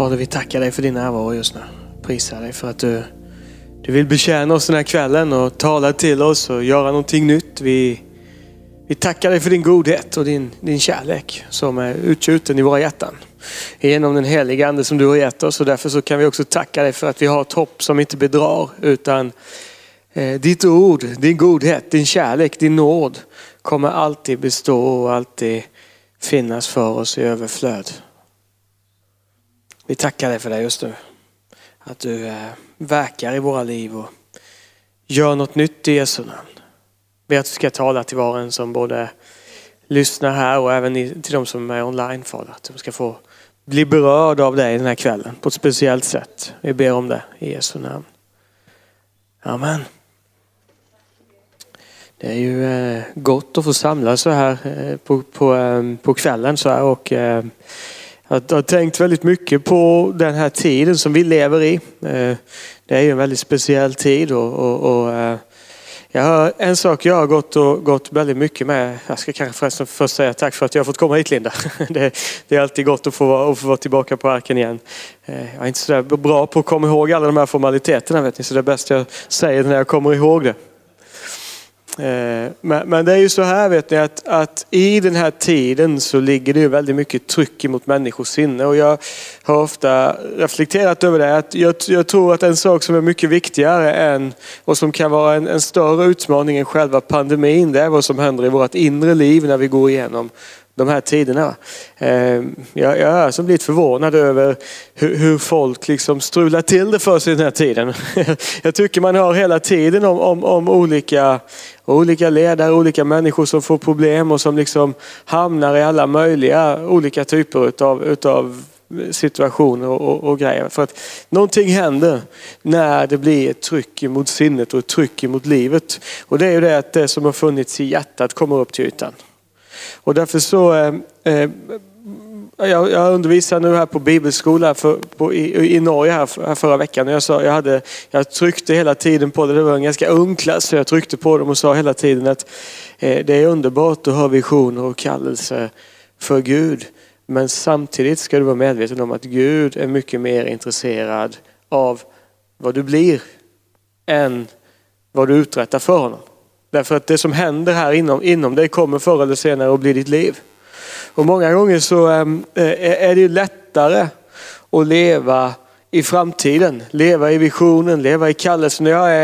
Fader, vi tackar dig för din närvaro just nu. Prisar dig för att du vill betjäna oss den här kvällen och tala till oss och göra någonting nytt. Vi tackar dig för din godhet och din kärlek som är utgjuten i våra hjärtan. Genom den heliga ande som du har gett oss, och därför så kan vi också tacka dig för att vi har ett hopp som inte bedrar, utan ditt ord, din godhet, din kärlek, din nåd kommer alltid bestå och alltid finnas för oss i överflöd. Vi tackar dig för det just nu. Att du verkar i våra liv och gör något nytt i Jesu namn. Ber att du ska tala till var en som både lyssnar här och även till de som är online, Fader. Att de ska få bli berörda av dig den här kvällen på ett speciellt sätt. Vi ber om det i Jesu namn. Amen. Det är ju gott att få samlas så här på kvällen så här, och jag har tänkt väldigt mycket på den här tiden som vi lever i. Det är ju en väldigt speciell tid och en sak jag har gått väldigt mycket med. Jag ska kanske först säga tack för att jag har fått komma hit, Linda. Det är alltid gott att få vara tillbaka på arken igen. Jag är inte så där bra på att komma ihåg alla de här formaliteterna, vet ni, så det är bäst jag säger när jag kommer ihåg det. Men det är ju så här, vet ni, att i den här tiden så ligger det ju väldigt mycket tryck emot människors sinne, och jag har ofta reflekterat över det, att jag tror att en sak som är mycket viktigare än, och som kan vara en större utmaning än själva pandemin, det är vad som händer i vårt inre liv när vi går igenom de här tiderna. Jag är som blivit förvånad över hur folk liksom strular till det för sig den här tiden. Jag tycker man hör hela tiden om olika ledare, olika människor som får problem och som liksom hamnar i alla möjliga olika typer utav situationer och grejer. För att någonting händer när det blir ett tryck emot sinnet och ett tryck emot livet. Och det är ju det att det som har funnits i hjärtat kommer upp till ytan. Och därför så jag undervisar nu här på bibelskola i Norge här förra veckan. Och jag tryckte hela tiden på det. Det var en ganska ung klass, så jag tryckte på dem och sa hela tiden att det är underbart att ha visioner och kallelse för Gud. Men samtidigt ska du vara medveten om att Gud är mycket mer intresserad av vad du blir än vad du uträttar för honom. Därför att det som händer här inom dig kommer förr eller senare att bli ditt liv. Och många gånger så är det ju lättare att leva i framtiden. Leva i visionen, leva i kallelsen. Jag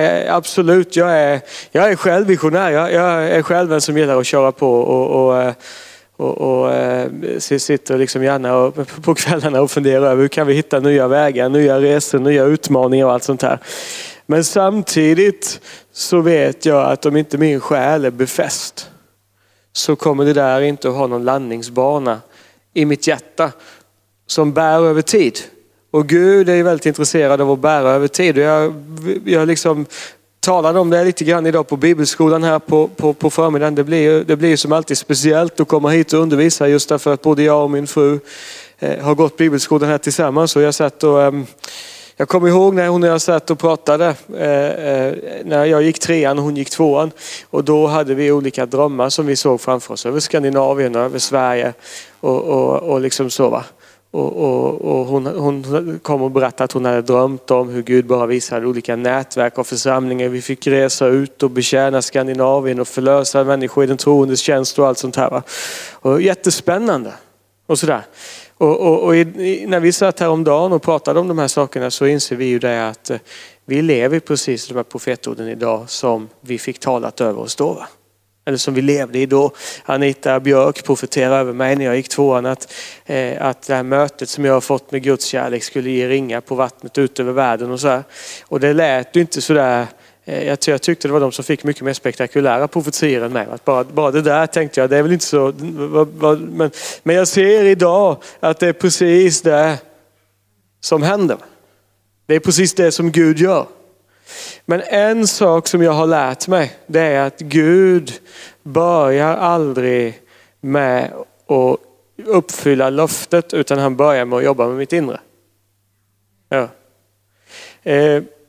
är själv visionär. Jag är själv en som gillar att köra på och sitter liksom gärna på kvällarna och funderar över hur kan vi hitta nya vägar, nya resor, nya utmaningar och allt sånt här. Men samtidigt så vet jag att om inte min själ är befäst så kommer det där inte att ha någon landningsbana i mitt hjärta som bär över tid. Och Gud är ju väldigt intresserad av att bära över tid. Och jag liksom talade om det lite grann idag på bibelskolan här på förmiddagen. Det blir ju som alltid speciellt att komma hit och undervisa, just därför att både jag och min fru har gått bibelskolan här tillsammans. Och jag kommer ihåg när hon och jag satt och pratade när jag gick 3:an och hon gick 2:an. Och då hade vi olika drömmar som vi såg framför oss över Skandinavien och över Sverige och liksom så, va. Och hon kom och berättade att hon hade drömt om hur Gud bara visade olika nätverk av församlingar. Vi fick resa ut och betjäna Skandinavien och förlösa människor i den troendes tjänst och allt sånt här, va. Och jättespännande och sådär. Och när vi satt här om dagen och pratade om de här sakerna så inser vi ju det att vi lever precis de här profetorden idag som vi fick talat över oss då, va? Eller som vi levde i då. Anita Björk profeterade över mig när jag gick 2:an att det här mötet som jag har fått med Guds kärlek skulle ge ringar på vattnet ut över världen och så här. Och det lät ju inte sådär. Jag tyckte det var de som fick mycket mer spektakulära profetier än mig. Att bara det där tänkte jag, det är väl inte så. Men jag ser idag att det är precis det som händer. Det är precis det som Gud gör. Men en sak som jag har lärt mig, det är att Gud börjar aldrig med att uppfylla löftet, utan han börjar med att jobba med mitt inre. Ja.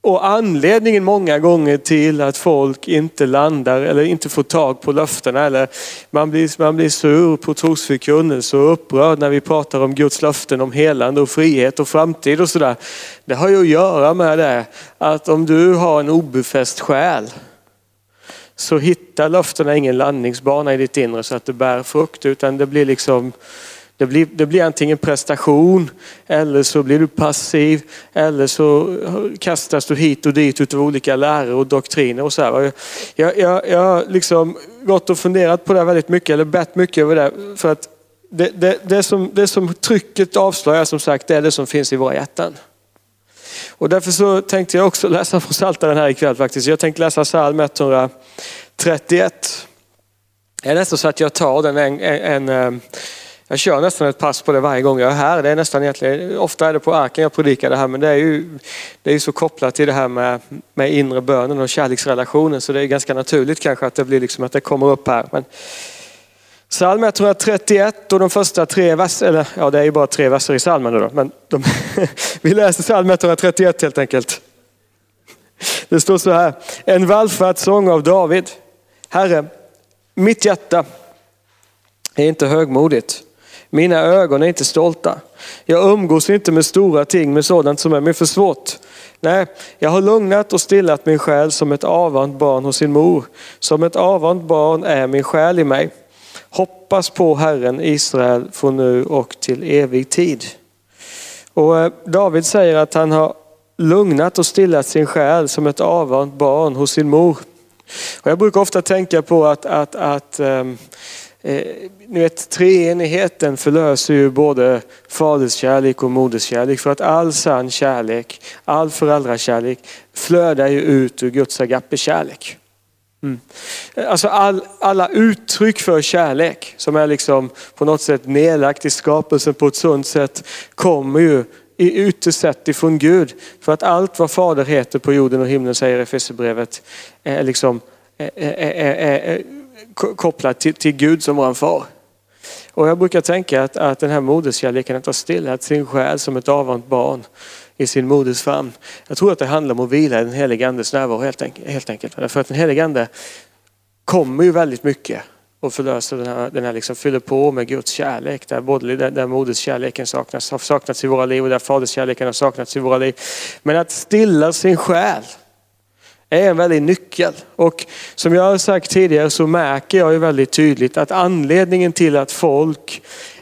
Och anledningen många gånger till att folk inte landar eller inte får tag på löftena, eller man blir sur på trosförkunnelse och upprörd när vi pratar om Guds löften om helande och frihet och framtid och sådär. Det har ju att göra med det att om du har en obefäst själ så hittar löftena ingen landningsbana i ditt inre så att det bär frukt, utan det blir liksom det blir antingen prestation, eller så blir du passiv, eller så kastas du hit och dit utav olika läror och doktriner och så här. Jag har liksom gått och funderat på det väldigt mycket, eller bett mycket över det, för att det som trycket avslöjar, som sagt, det är det som finns i våra hjärtan. Och därför så tänkte jag också läsa från Psaltaren här ikväll faktiskt. Jag tänkte läsa psalm 131. Det är nästan så att jag tar den jag kör nästan ett pass på det varje gång jag är här. Det är nästan egentligen, ofta är det på arken jag predikar det här, men det är ju så kopplat till det här med inre bönen och kärleksrelationen, så det är ganska naturligt kanske att det blir liksom att det kommer upp här. Men psalm 131 och de första 3 verser, eller ja, det är ju bara 3 verser i psalmen då, men vi läser psalm 131 helt enkelt. Det står så här: en vallfärdssång av David. Herre, mitt hjärta är inte högmodigt. Mina ögon är inte stolta. Jag umgås inte med stora ting, med sådant som är mig för svårt. Nej, jag har lugnat och stillat min själ som ett avvant barn hos sin mor. Som ett avvant barn är min själ i mig. Hoppas på Herren Israel från nu och till evig tid. Och David säger att han har lugnat och stillat sin själ som ett avvant barn hos sin mor. Och jag brukar ofta tänka på att ni vet, treenigheten förlöser ju både faderskärlek och moderskärlek, för att all sann kärlek, all föräldrakärlek flödar ju ut ur Guds agape-kärlek. Alltså alla uttryck för kärlek som är liksom på något sätt nedlagt i skapelsen på ett sunt sätt kommer ju i ytterst sett ifrån Gud. För att allt vad fader heter på jorden och himlen, säger Efesierbrevet, är liksom kopplat till Gud som vår far. Och jag brukar tänka att den här moderskärleken, att ha stillat sin själ som ett avvant barn i sin moders famn. Jag tror att det handlar om att vila i den helige andes närvaro helt enkelt. För att den helige ande kommer ju väldigt mycket och förlöser den här liksom, fyller på med Guds kärlek. Där moderskärleken har saknats i våra liv och där faderskärleken har saknats i våra liv. Men att stilla sin själ är en väldigt nyckel. Och som jag har sagt tidigare så märker jag ju väldigt tydligt att anledningen till att folk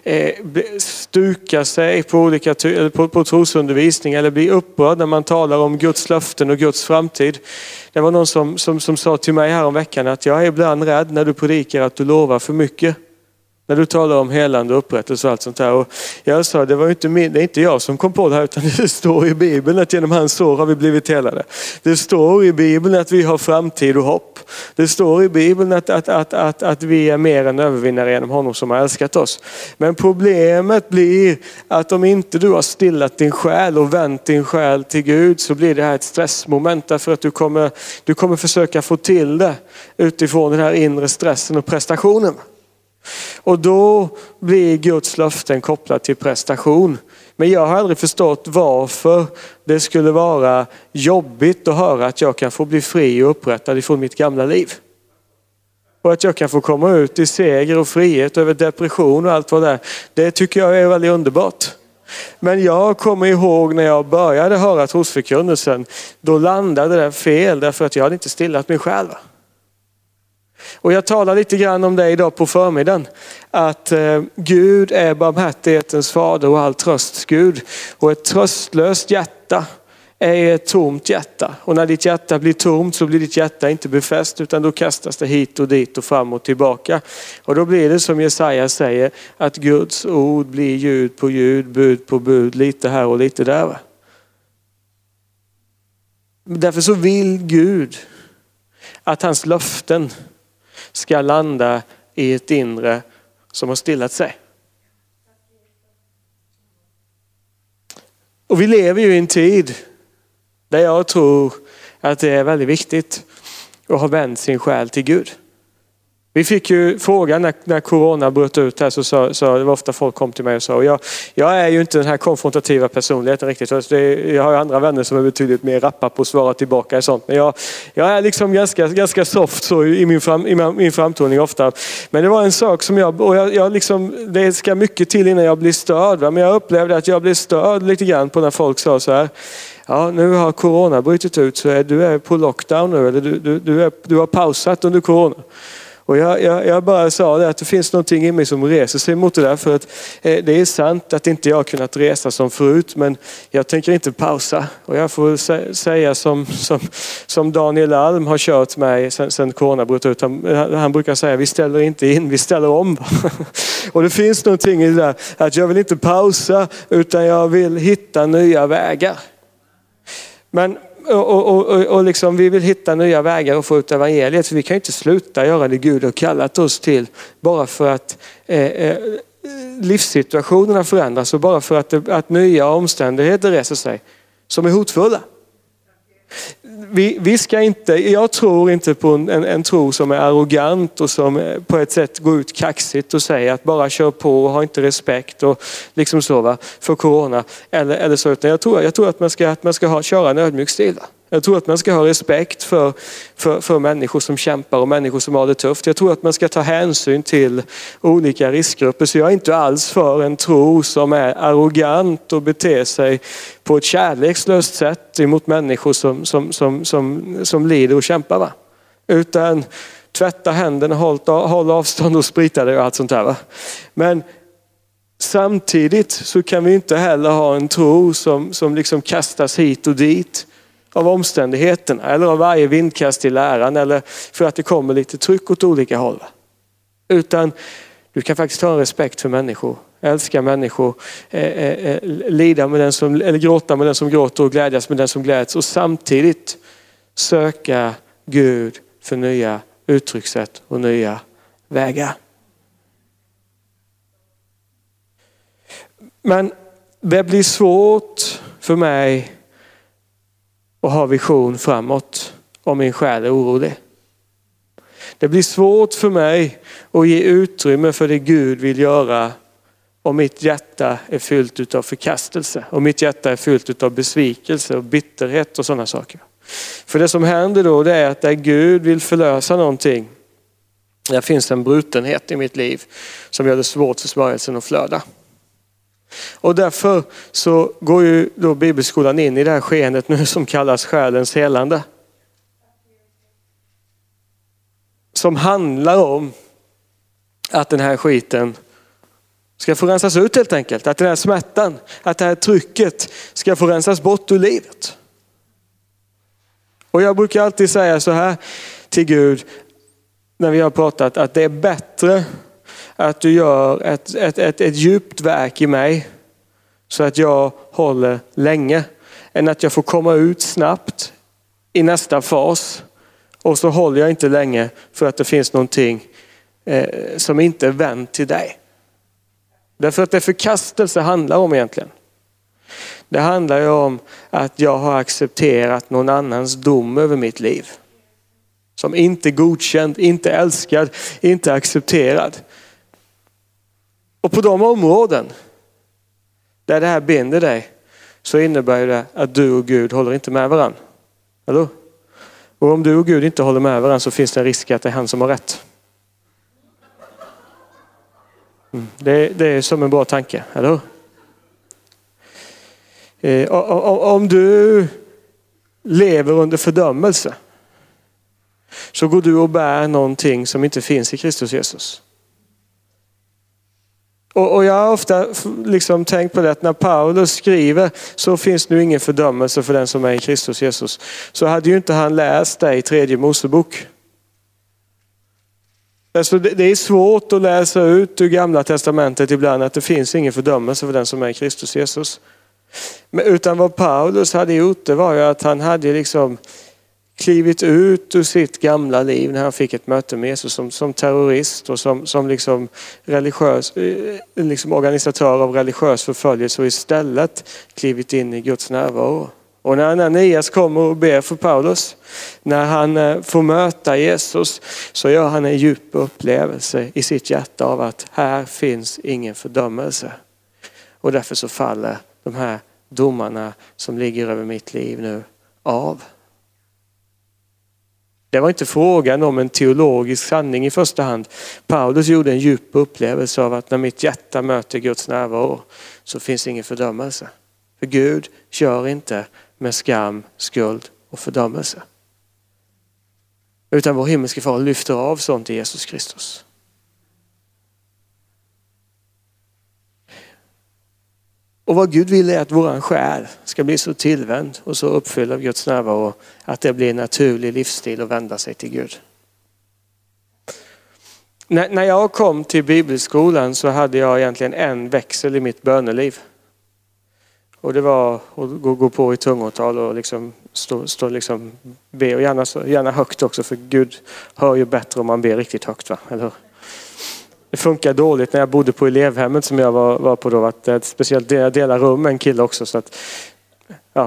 stukar sig på trosundervisning eller blir upprörd när man talar om Guds löften och Guds framtid. Det var någon som sa till mig här om veckan att jag är ibland rädd när du predikar att du lovar för mycket. När du talar om helande och upprättelse och allt sånt där. Och jag sa, det är inte jag som kom på det här, utan det står i Bibeln att genom hans sår har vi blivit helade. Det står i Bibeln att vi har framtid och hopp. Det står i Bibeln att vi är mer än övervinnare genom honom som har älskat oss. Men problemet blir att om inte du har stillat din själ och vänt din själ till Gud, så blir det här ett stressmoment, därför att du kommer försöka få till det utifrån den här inre stressen och prestationen. Och då blir Guds löften kopplat till prestation. Men jag har aldrig förstått varför det skulle vara jobbigt att höra att jag kan få bli fri och upprättad ifrån mitt gamla liv. Och att jag kan få komma ut i seger och frihet över depression och allt vad det är. Det tycker jag är väldigt underbart. Men jag kommer ihåg när jag började höra trosförkunnelsen, då landade det fel därför att jag hade inte stillat mig själv. Och jag talar lite grann om det idag på förmiddagen. Att Gud är barmhärtighetens fader och all trösts Gud. Och ett tröstlöst hjärta är ett tomt hjärta. Och när ditt hjärta blir tomt så blir ditt hjärta inte befäst, utan då kastas det hit och dit och fram och tillbaka. Och då blir det som Jesaja säger, att Guds ord blir ljud på ljud, bud på bud, lite här och lite där. Därför så vill Gud att hans löften ska landa i ett inre som har stillat sig. Och vi lever ju i en tid där jag tror att det är väldigt viktigt att ha vänt sin själ till Gud. Vi fick ju frågan när corona bröt ut här, så det var ofta folk kom till mig och sa, och jag är ju inte den här konfrontativa personligheten riktigt. Jag har ju andra vänner som är betydligt mer rappa på att svara tillbaka och sånt. Men jag är liksom ganska soft så i min framtoning ofta. Men det var en sak som jag liksom, det ska mycket till innan jag blir störd. Men jag upplevde att jag blev störd lite grann på när folk sa så här. Ja, nu har corona brutit ut, så du är på lockdown nu, eller du har pausat under corona. Och jag bara sa det, att det finns någonting i mig som reser sig mot det där. För att det är sant att inte jag har kunnat resa som förut, men jag tänker inte pausa. Och jag får säga som Daniel Alm har kört mig sen corona bröt ut. Han brukar säga, vi ställer inte in, vi ställer om. Och det finns någonting i det där, att jag vill inte pausa, utan jag vill hitta nya vägar. Men och liksom, vi vill hitta nya vägar och få ut evangeliet. För vi kan ju inte sluta göra det Gud har kallat oss till. Bara för att livssituationerna förändras. Och bara för att nya omständigheter reser sig. Som är hotfulla. Vi ska inte, jag tror inte på en tro som är arrogant och som på ett sätt går ut kaxigt och säger att bara kör på och ha inte respekt och liksom så för corona eller så. Utan jag tror att man ska köra en ödmjuk stil. Jag tror att man ska ha respekt för människor som kämpar och människor som har det tufft. Jag tror att man ska ta hänsyn till olika riskgrupper. Så jag är inte alls för en tro som är arrogant och beter sig på ett kärlekslöst sätt emot människor som lider och kämpar. Va? Utan tvätta händerna, håll avstånd och sprita det och allt sånt där. Va? Men samtidigt så kan vi inte heller ha en tro som liksom kastas hit och dit av omständigheterna eller av varje vindkast i läran eller för att det kommer lite tryck åt olika håll. Utan du kan faktiskt ha en respekt för människor, älska människor, lida med den som, eller gråta med den som gråter och glädjas med den som gläds, och samtidigt söka Gud för nya uttryckssätt och nya vägar. Men det blir svårt för mig och ha vision framåt om min själ är orolig. Det blir svårt för mig att ge utrymme för det Gud vill göra om mitt hjärta är fyllt av förkastelse. Och mitt hjärta är fyllt av besvikelse och bitterhet och sådana saker. För det som händer då, det är att där Gud vill förlösa någonting, där finns en brutenhet i mitt liv som gör det svårt för smörjelsen att flöda. Och därför så går ju då bibelskolan in i det här skeendet nu som kallas själens helande. Som handlar om att den här skiten ska få rensas ut helt enkelt. Att den här smärtan, att det här trycket ska få rensas bort ur livet. Och jag brukar alltid säga så här till Gud när vi har pratat, att det är bättre att du gör ett djupt verk i mig så att jag håller länge, än att jag får komma ut snabbt i nästa fas och så håller jag inte länge för att det finns någonting som inte är vänt till dig. Därför att det förkastelse handlar om egentligen. Det handlar ju om att jag har accepterat någon annans dom över mitt liv. Som inte är godkänd, inte älskad, inte accepterad. Och på de områden där det här binder dig, så innebär det att du och Gud håller inte med varandra. Eller? Och om du och Gud inte håller med varandra, så finns det en risk att det är han som har rätt. Det är som en bra tanke, eller hur? Om du lever under fördömelse, så går du och bär någonting som inte finns i Kristus Jesus. Och jag har ofta liksom tänkt på det, att när Paulus skriver så finns nu ingen fördömelse för den som är i Kristus Jesus. Så hade ju inte han läst det i 3:e Mosebok. Alltså det är svårt att läsa ut ur Gamla testamentet ibland att det finns ingen fördömelse för den som är i Kristus Jesus. Men utan vad Paulus hade gjort, det var ju att han hade liksom klivit ut ur sitt gamla liv när han fick ett möte med Jesus som terrorist och som liksom religiös, liksom organisatör av religiös förföljelse, och istället klivit in i Guds närvaro Och när Ananias kommer och ber för Paulus, när han får möta Jesus, så gör han en djup upplevelse i sitt hjärta av att här finns ingen fördömelse. Och därför så faller de här domarna som ligger över mitt liv nu av. Det var inte frågan om en teologisk sanning i första hand. Paulus gjorde en djup upplevelse av att när mitt hjärta möter Guds närvaro så finns ingen fördömelse. För Gud kör inte med skam, skuld och fördömelse. Utan vår himmelske far lyfter av sånt i Jesus Kristus. Och vad Gud vill är att våran själ ska bli så tillvänd och så uppfylld av Guds närvaro att det blir en naturlig livsstil att vända sig till Gud. När jag kom till bibelskolan så hade jag egentligen en växel i mitt böneliv. Och det var att gå på i tungotal och liksom stå liksom be, och gärna högt också, för Gud hör ju bättre om man ber riktigt högt, va? Eller hur? Det funkar dåligt när jag bodde på elevhemmet som jag var på då, att speciellt dela rum med en kille också, så att ja.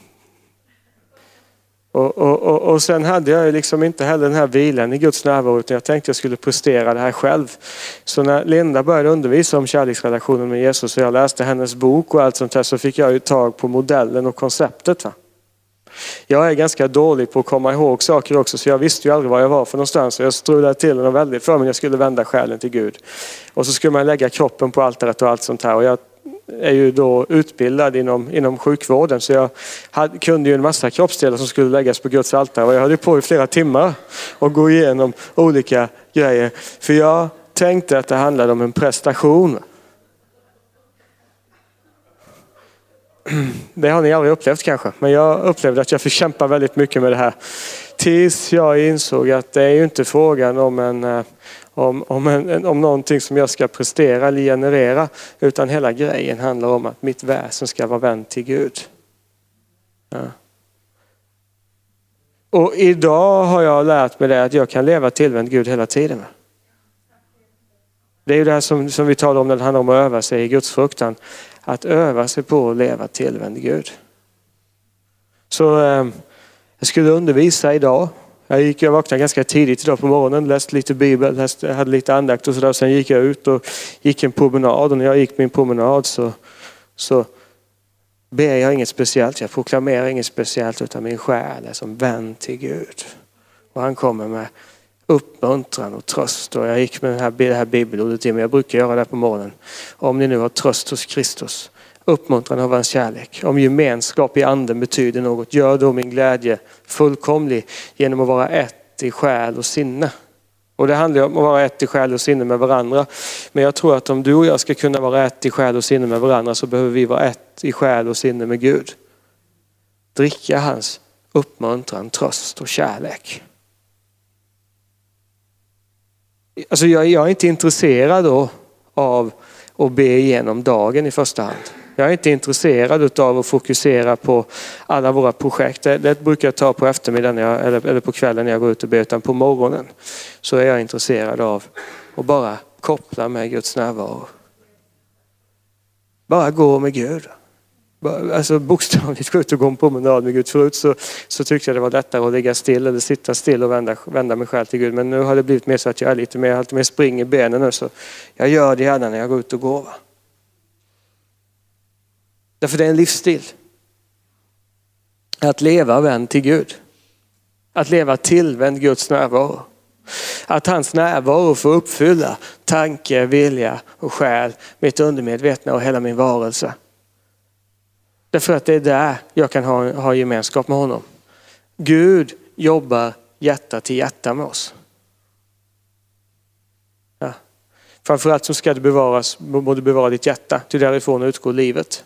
Och sen hade jag liksom inte heller den här vilan i Guds närvaro, utan jag tänkte jag skulle prestera det här själv. Så när Linda började undervisa om kärleksrelationen med Jesus och jag läste hennes bok och allt sånt här, så fick jag ju tag på modellen och konceptet, va? Jag är ganska dålig på att komma ihåg saker också, så jag visste ju aldrig var jag var för någonstans. Så jag strulade till den väldigt för mig. Jag skulle vända själen till Gud. Och så skulle man lägga kroppen på altaret och allt sånt här. Och jag är ju då utbildad inom sjukvården, så jag kunde ju en massa kroppsdelar som skulle läggas på Guds altare. Och jag höll på i flera timmar och gå igenom olika grejer. För jag tänkte att det handlade om en prestation. Det har ni aldrig upplevt kanske, men jag upplevde att jag fick kämpa väldigt mycket med det här. Tills jag insåg att det är ju inte frågan om någonting som jag ska prestera eller generera, utan hela grejen handlar om att mitt väsen ska vara vänd till Gud. Ja. Och idag har jag lärt mig det, att jag kan leva tillvänd Gud hela tiden. Det är ju det här som vi talar om när det handlar om att öva sig i Guds fruktan. Att öva sig på att leva tillvänd Gud. Så jag skulle undervisa idag. Jag vaknade ganska tidigt idag på morgonen, läste lite bibel, hade lite andakt och sådär. Sen gick jag ut och gick en promenad, och när jag gick min promenad så ber jag inget speciellt. Jag proklamerar inget speciellt, utan min själ är som vän till Gud. Och han kommer med uppmuntran och tröst. Och jag gick med det här bibelordet i mig. Jag brukar göra det på morgonen. Om ni nu har tröst hos Kristus, uppmuntran av hans kärlek, om gemenskap i anden betyder något, gör då min glädje fullkomlig genom att vara ett i själ och sinne. Och det handlar om att vara ett i själ och sinne med varandra. Men jag tror att om du och jag ska kunna vara ett i själ och sinne med varandra, så behöver vi vara ett i själ och sinne med Gud. Dricka hans uppmuntran, tröst och kärlek. Alltså jag är inte intresserad då av att be igenom dagen i första hand. Jag är inte intresserad av att fokusera på alla våra projekt. Det brukar jag ta på eftermiddagen eller på kvällen när jag går ut och ber, utan på morgonen så är jag intresserad av att bara koppla med Guds närvaro. Bara gå med Gud. Alltså bokstavligt gå ut och gå en promenad med Gud. Förut så tyckte jag det var lättare att ligga still eller sitta still och vända mig själv till Gud. Men nu har det blivit mer så att jag är lite mer spring i benen nu. Så jag gör det gärna när jag går ut och går. Därför det är en livsstil. Att leva vänd till Gud. Att leva tillvänd Guds närvaro. Att hans närvaro får uppfylla tanke, vilja och själ, mitt undermedvetna och hela min varelse. Därför att det är där jag kan ha gemenskap med honom. Gud jobbar hjärta till hjärta med oss. Ja. Framförallt så ska det bevaras, må du bevara ditt hjärta, till därifrån utgår livet.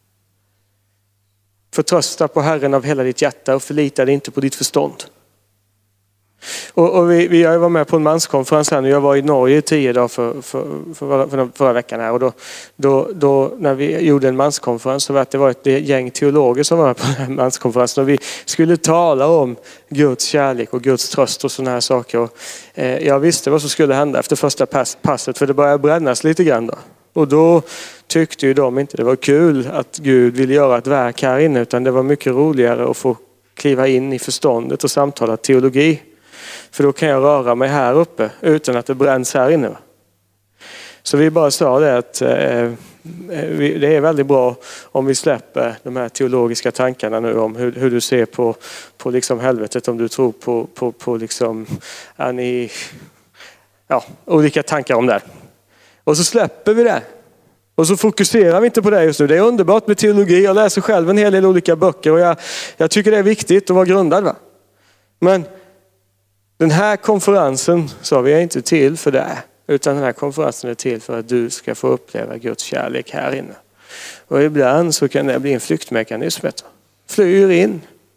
Förtrösta på Herren av hela ditt hjärta och förlita dig inte på ditt förstånd. Och vi har varit med på en manskonferens här nu. Jag var i Norge i 10 dagar förra veckan här. Och då när vi gjorde en manskonferens så var det ett gäng teologer som var med på den här manskonferensen. Och vi skulle tala om Guds kärlek och Guds tröst och sådana här saker. Och jag visste vad som skulle hända efter första passet, för det började brännas lite grann då. Och då tyckte ju de inte det var kul att Gud ville göra ett verk här inne, utan det var mycket roligare att få kliva in i förståndet och samtala teologi. För då kan jag röra mig här uppe utan att det bränns här inne. Så vi bara sa det att det är väldigt bra om vi släpper de här teologiska tankarna nu om hur du ser på liksom helvetet, om du tror på liksom, olika tankar om det. Och så släpper vi det. Och så fokuserar vi inte på det just nu. Det är underbart med teologi. Jag läser själv en hel del olika böcker och jag tycker det är viktigt att vara grundad. Va? Men den här konferensen sa vi är inte till för det. Utan den här konferensen är till för att du ska få uppleva Guds kärlek här inne. Och ibland så kan det bli en flyktmekanism. Flyr in.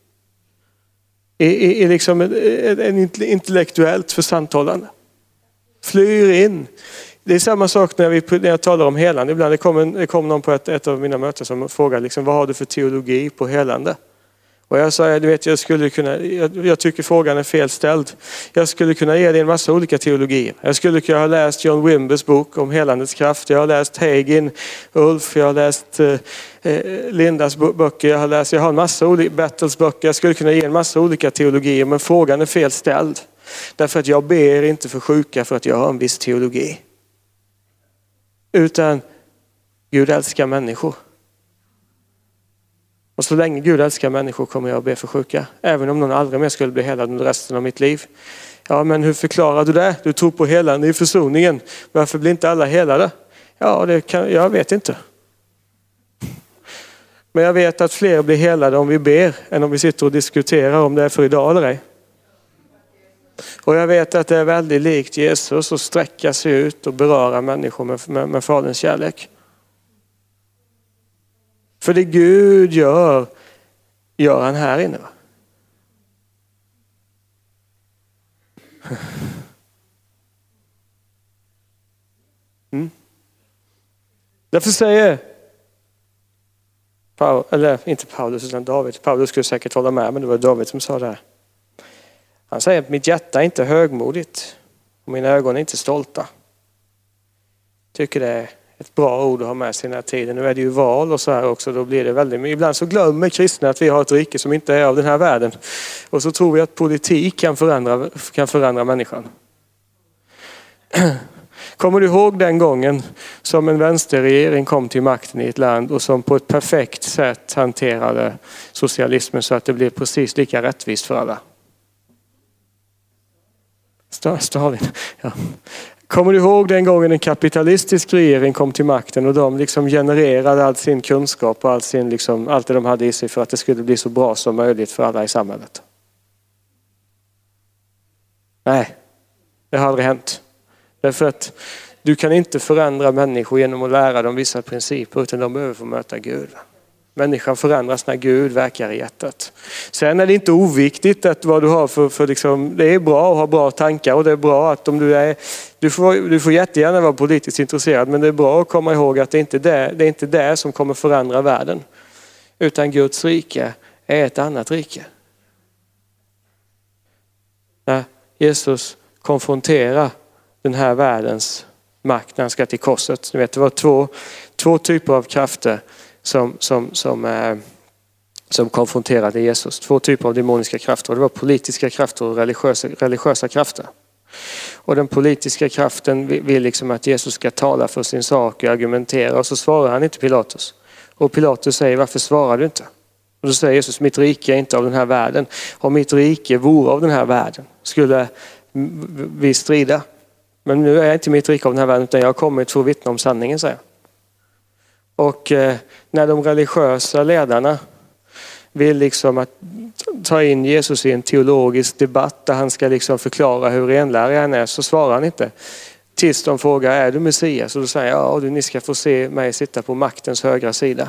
I liksom en intellektuellt församtalande. Flyr in. Det är samma sak när jag talar om helande. Ibland det kom någon på ett av mina möten som frågar liksom, vad har du för teologi på helande? Och jag sa, jag tycker frågan är felställd. Jag skulle kunna ge dig en massa olika teologier. Jag skulle kunna ha läst John Wimbers bok om helandets kraft. Jag har läst Hagin, Ulf, jag har läst Lindas böcker. Jag har en massa olika Battles böcker. Jag skulle kunna ge en massa olika teologier, men frågan är felställd. Därför att jag ber inte för sjuka för att jag har en viss teologi. Utan Gud älskar människor. Och så länge Gud älskar människor kommer jag att be för sjuka. Även om någon aldrig mer skulle bli helad under resten av mitt liv. Ja, men hur förklarar du det? Du tror på helande i försoningen. Varför blir inte alla helade? Ja, jag vet inte. Men jag vet att fler blir helade om vi ber än om vi sitter och diskuterar om det är för idag eller ej. Och jag vet att det är väldigt likt Jesus att sträcka sig ut och beröra människor med Faderns kärlek. För det Gud gör han här inne. Därför säger inte Paulus utan David. Paulus skulle säkert hålla med, men det var David som sa det här. Han säger att mitt hjärta är inte högmodigt och mina ögon är inte stolta. Tycker det är ett bra ord att ha med sig i den här tiden. Nu är det ju val och så här också. Då blir det väldigt mycket. Ibland så glömmer kristna att vi har ett rike som inte är av den här världen. Och så tror vi att politik kan förändra människan. Kommer du ihåg den gången som en vänsterregering kom till makten i ett land och som på ett perfekt sätt hanterade socialismen så att det blev precis lika rättvist för alla? Stalin. Ja. Kommer du ihåg den gången en kapitalistisk regering kom till makten och de liksom genererade all sin kunskap och allt det de hade i sig för att det skulle bli så bra som möjligt för alla i samhället? Nej, det har aldrig hänt. Därför att du kan inte förändra människor genom att lära dem vissa principer, utan de behöver få möta Gud. Människan förändras när Gud verkar i hjärtat. Sen är det inte oviktigt att vad du har för liksom, det är bra att ha bra tankar och det är bra att om du får jättegärna vara politiskt intresserad, men det är bra att komma ihåg att det är inte det som kommer förändra världen. Utan Guds rike är ett annat rike. När Jesus konfronterar den här världens makt när han ska till korset. Ni vet, det var två typer av krafter som konfronterade Jesus. Två typer av demoniska krafter. Det var politiska krafter och religiösa krafter. Och den politiska kraften vill liksom att Jesus ska tala för sin sak och argumentera. Och så svarar han inte Pilatus. Och Pilatus säger, varför svarar du inte? Och då säger Jesus, mitt rike är inte av den här världen. Om mitt rike vore av den här världen skulle vi strida. Men nu är inte mitt rike av den här världen, utan jag har kommit för att vittna om sanningen, säger. Och när de religiösa ledarna vill liksom att ta in Jesus i en teologisk debatt där han ska liksom förklara hur renlärig han är, så svarar han inte. Tills de frågar, är du Messias? Och då säger jag, ja, ni ska få se mig sitta på maktens högra sida.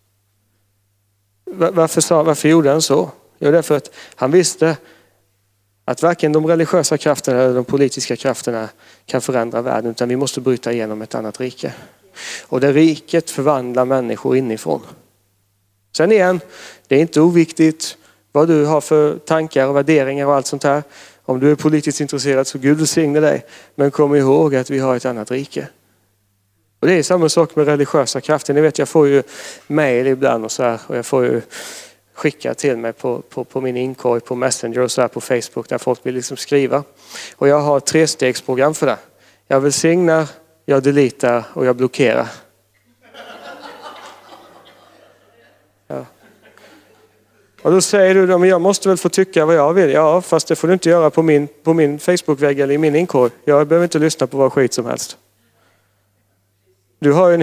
Varför gjorde han så? Jo, därför att han visste att varken de religiösa krafterna eller de politiska krafterna kan förändra världen, utan vi måste bryta igenom ett annat rike. Och det riket förvandlar människor inifrån. Sen igen, det är inte oviktigt vad du har för tankar och värderingar och allt sånt här. Om du är politiskt intresserad så Gud välsigne dig. Men kom ihåg att vi har ett annat rike. Och det är samma sak med religiösa krafter. Ni vet, jag får ju mejl ibland och så här. Och jag får ju skicka till mig på min inkorg på Messenger och så här på Facebook där folk vill liksom skriva. Och jag har 3-stegsprogram för det. Jag välsignar, jag deletar och jag blockerar. Ja. Och då säger du, men jag måste väl få tycka vad jag vill. Ja, fast det får du inte göra på min Facebook-vägg eller i min inkorg. Jag behöver inte lyssna på vad skit som helst. Du har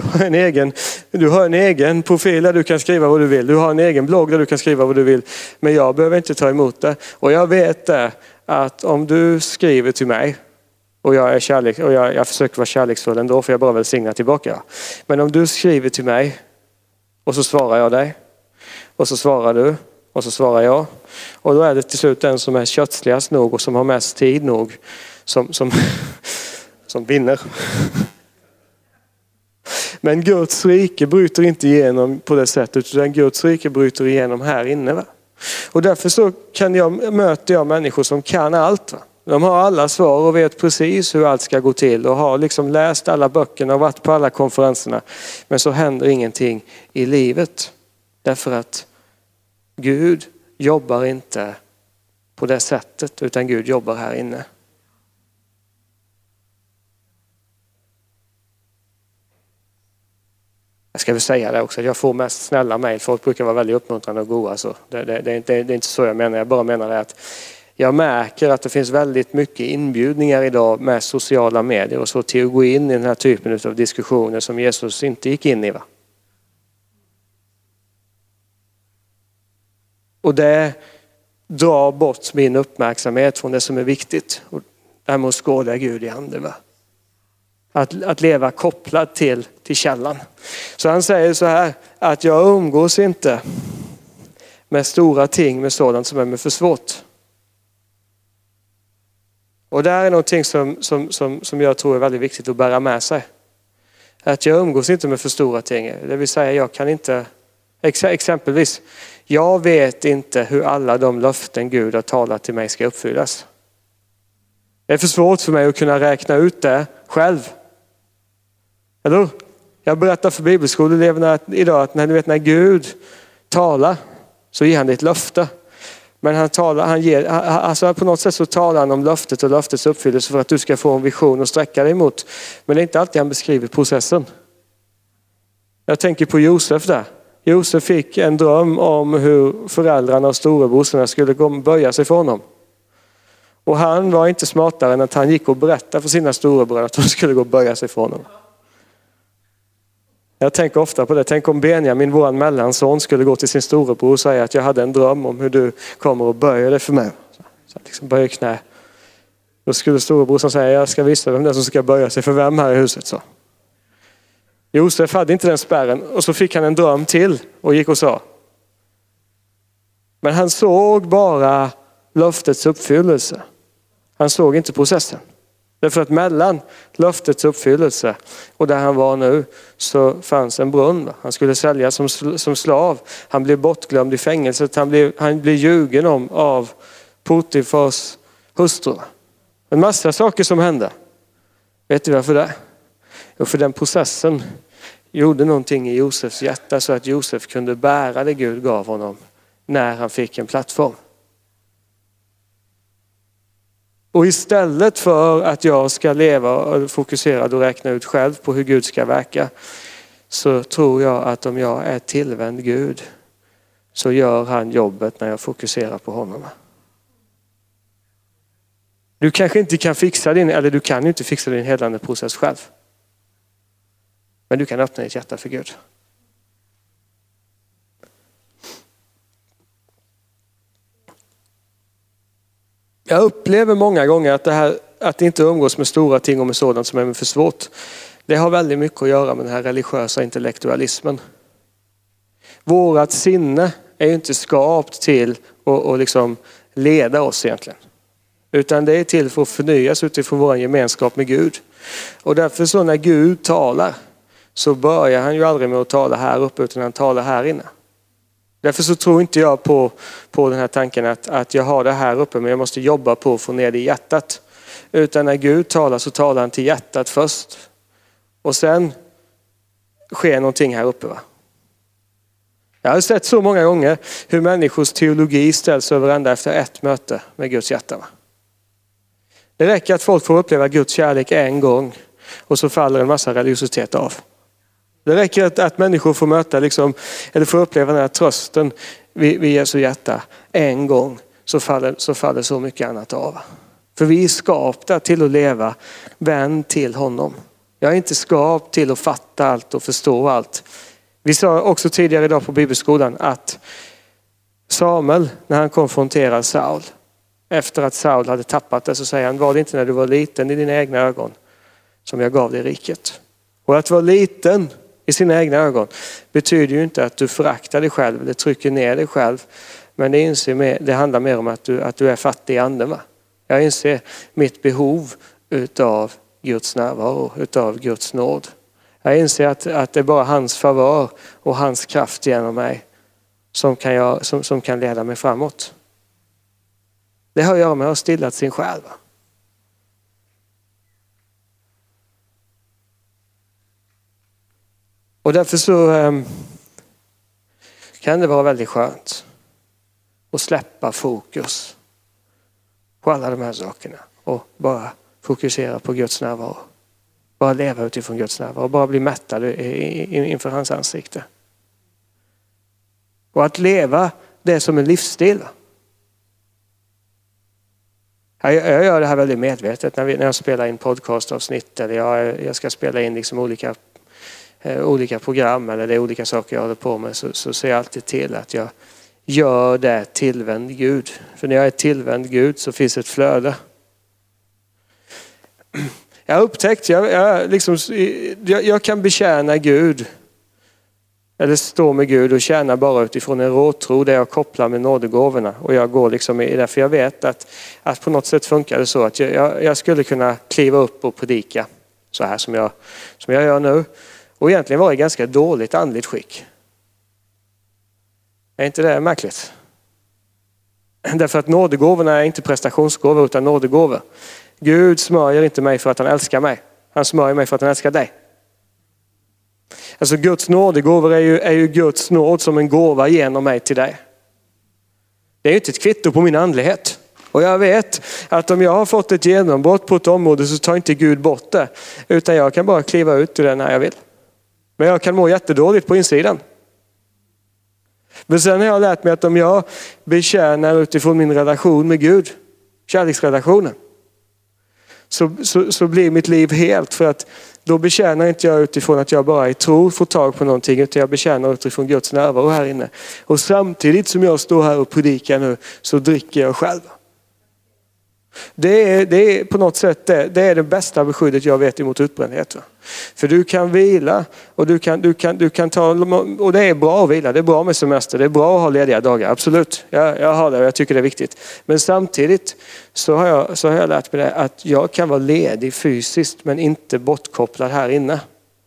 en egen profil där du kan skriva vad du vill. Du har en egen blogg där du kan skriva vad du vill. Men jag behöver inte ta emot det. Och jag vet det att om du skriver till mig och jag är kärlek och jag försöker vara kärleksfull ändå för jag bara välsignar tillbaka. Men om du skriver till mig och så svarar jag dig och så svarar du och så svarar jag. Och då är det till slut den som är kötsligast nog och som har mest tid nog som vinner. Men Guds rike bryter inte igenom på det sättet, utan Guds rike bryter igenom här inne. Va? Och därför så möter jag människor som kan allt. Va? De har alla svar och vet precis hur allt ska gå till och har liksom läst alla böckerna och varit på alla konferenserna. Men så händer ingenting i livet. Därför att Gud jobbar inte på det sättet, utan Gud jobbar här inne. Jag ska väl säga det också, jag får mest snälla mejl. Folk brukar vara väldigt uppmuntrande och goda. Så det är inte så jag menar. Jag bara menar att jag märker att det finns väldigt mycket inbjudningar idag med sociala medier och så till att gå in i den här typen av diskussioner som Jesus inte gick in i. Va? Och det drar bort min uppmärksamhet från det som är viktigt. Och där måste skåda Gud i handen. Va? Att leva kopplad till källan. Så han säger så här, att jag umgås inte med stora ting, med sådant som är med för svårt. Och det är någonting som jag tror är väldigt viktigt att bära med sig. Att jag umgås inte med för stora ting. Det vill säga jag kan inte, exempelvis, jag vet inte hur alla de löften Gud har talat till mig ska uppfyllas. Det är för svårt för mig att kunna räkna ut det själv. Eller? Jag berättar för bibelskoleeleverna idag att när Gud talar så ger han dig ett löfte. Men alltså på något sätt så talar han om löftet och löftets uppfyllelse för att du ska få en vision och sträcka dig emot. Men det är inte alltid han beskriver processen. Jag tänker på Josef där. Josef fick en dröm om hur föräldrarna och storebrorsorna skulle böja sig för honom. Och han var inte smartare än att han gick och berättade för sina storebröder att de skulle gå och böja sig för honom. Jag tänker ofta på det. Tänk om Benjamin, vår mellanson, skulle gå till sin storebror och säga att jag hade en dröm om hur du kommer och böja dig för mig. Så liksom böja knä. Då skulle storebrorsan säga, jag ska visa vem det är som ska böja sig för vem här i huset. Så. Josef hade inte den spärren och så fick han en dröm till och gick och sa. Men han såg bara löftets uppfyllelse. Han såg inte processen. Därför att mellan löftets uppfyllelse och där han var nu så fanns en brunn. Han skulle säljas som slav. Han blev bortglömd i fängelset. Han blev ljugen om av Potifars hustru. En massa saker som hände. Vet du varför det? Jo, för den processen gjorde någonting i Josefs hjärta så att Josef kunde bära det Gud gav honom när han fick en plattform. Och istället för att jag ska leva och fokusera och räkna ut själv på hur Gud ska verka, så tror jag att om jag är tillvänd Gud så gör han jobbet när jag fokuserar på honom. Du kanske inte kan fixa du kan inte fixa din helande process själv. Men du kan öppna ditt hjärta för Gud. Jag upplever många gånger att det här att inte umgås med stora ting och med sådant som är för svårt. Det har väldigt mycket att göra med den här religiösa intellektualismen. Vårat sinne är ju inte skapat till att liksom leda oss egentligen. Utan det är till för att förnyas utifrån vår gemenskap med Gud. Och därför så när Gud talar så börjar han ju aldrig med att tala här uppe utan han talar här inne. Därför så tror inte jag på den här tanken att jag har det här uppe men jag måste jobba på att få ner det i hjärtat. Utan när Gud talar så talar han till hjärtat först. Och sen sker någonting här uppe, va? Jag har sett så många gånger hur människors teologi ställs över ända efter ett möte med Guds hjärta, va? Det räcker att folk får uppleva Guds kärlek en gång och så faller en massa religiositet av. Det räcker att människor får möta eller får uppleva den här trösten vid Jesu hjärta en gång, så faller så mycket annat av. För vi är skapta till att leva vänd till honom. Jag är inte skapt till att fatta allt och förstå allt. Vi sa också tidigare idag på bibelskolan att Samuel, när han konfronterar Saul, efter att Saul hade tappat det, så säger han: var det inte när du var liten i dina egna ögon som jag gav dig riket? Och att vara liten i sina egna ögon betyder ju inte att du föraktar dig själv eller trycker ner dig själv. Men det handlar mer om att du är fattig i anden, va? Jag inser mitt behov utav Guds närvaro, utav Guds nåd. Jag inser att det är bara hans favör och hans kraft genom mig som kan leda mig framåt. Det har att göra med att ha stillat sin själ, va? Och därför så kan det vara väldigt skönt att släppa fokus på alla de här sakerna och bara fokusera på Guds närvaro. Bara leva utifrån Guds närvaro och bara bli mättad inför hans ansikte. Och att leva det som en livsstil. Jag gör det här väldigt medvetet när jag spelar in podcastavsnitt eller jag ska spela in olika program eller det är olika saker jag håller på med, så ser jag alltid till att jag gör det tillvänd Gud. För när jag är tillvänd Gud så finns ett flöde. Jag har upptäckt, jag kan betjäna Gud eller stå med Gud och tjäna bara utifrån en råtro där jag kopplar med nådegåvorna. Och jag går i det, för jag vet att på något sätt funkar det så att jag skulle kunna kliva upp och predika så här som jag gör nu. Och egentligen var i ganska dåligt andligt skick. Är inte det märkligt? Därför att nådegåvorna är inte prestationsgåvor utan nådegåvor. Gud smörjer inte mig för att han älskar mig. Han smörjer mig för att han älskar dig. Alltså Guds nådegåvor är ju Guds nåd som en gåva genom mig till dig. Det är ju inte ett kvitto på min andlighet. Och jag vet att om jag har fått ett genombrott på ett område så tar inte Gud bort det. Utan jag kan bara kliva ut ur det när jag vill. Men jag kan må jättedåligt på insidan. Men sen har jag lärt mig att om jag betjänar utifrån min relation med Gud, kärleksrelationen, så blir mitt liv helt. För att då betjänar inte jag utifrån att jag bara i tro får tag på någonting, utan jag betjänar utifrån Guds närvaro här inne. Och samtidigt som jag står här och predikar nu så dricker jag själv. Det är på något sätt det är det bästa beskyddet jag vet emot utbrändhet. För du kan vila och du kan ta, och det är bra att vila, det är bra med semester, det är bra att ha lediga dagar, absolut. Jag har det och jag tycker det är viktigt. Men samtidigt så har jag lärt mig det att jag kan vara ledig fysiskt men inte bortkopplad här inne.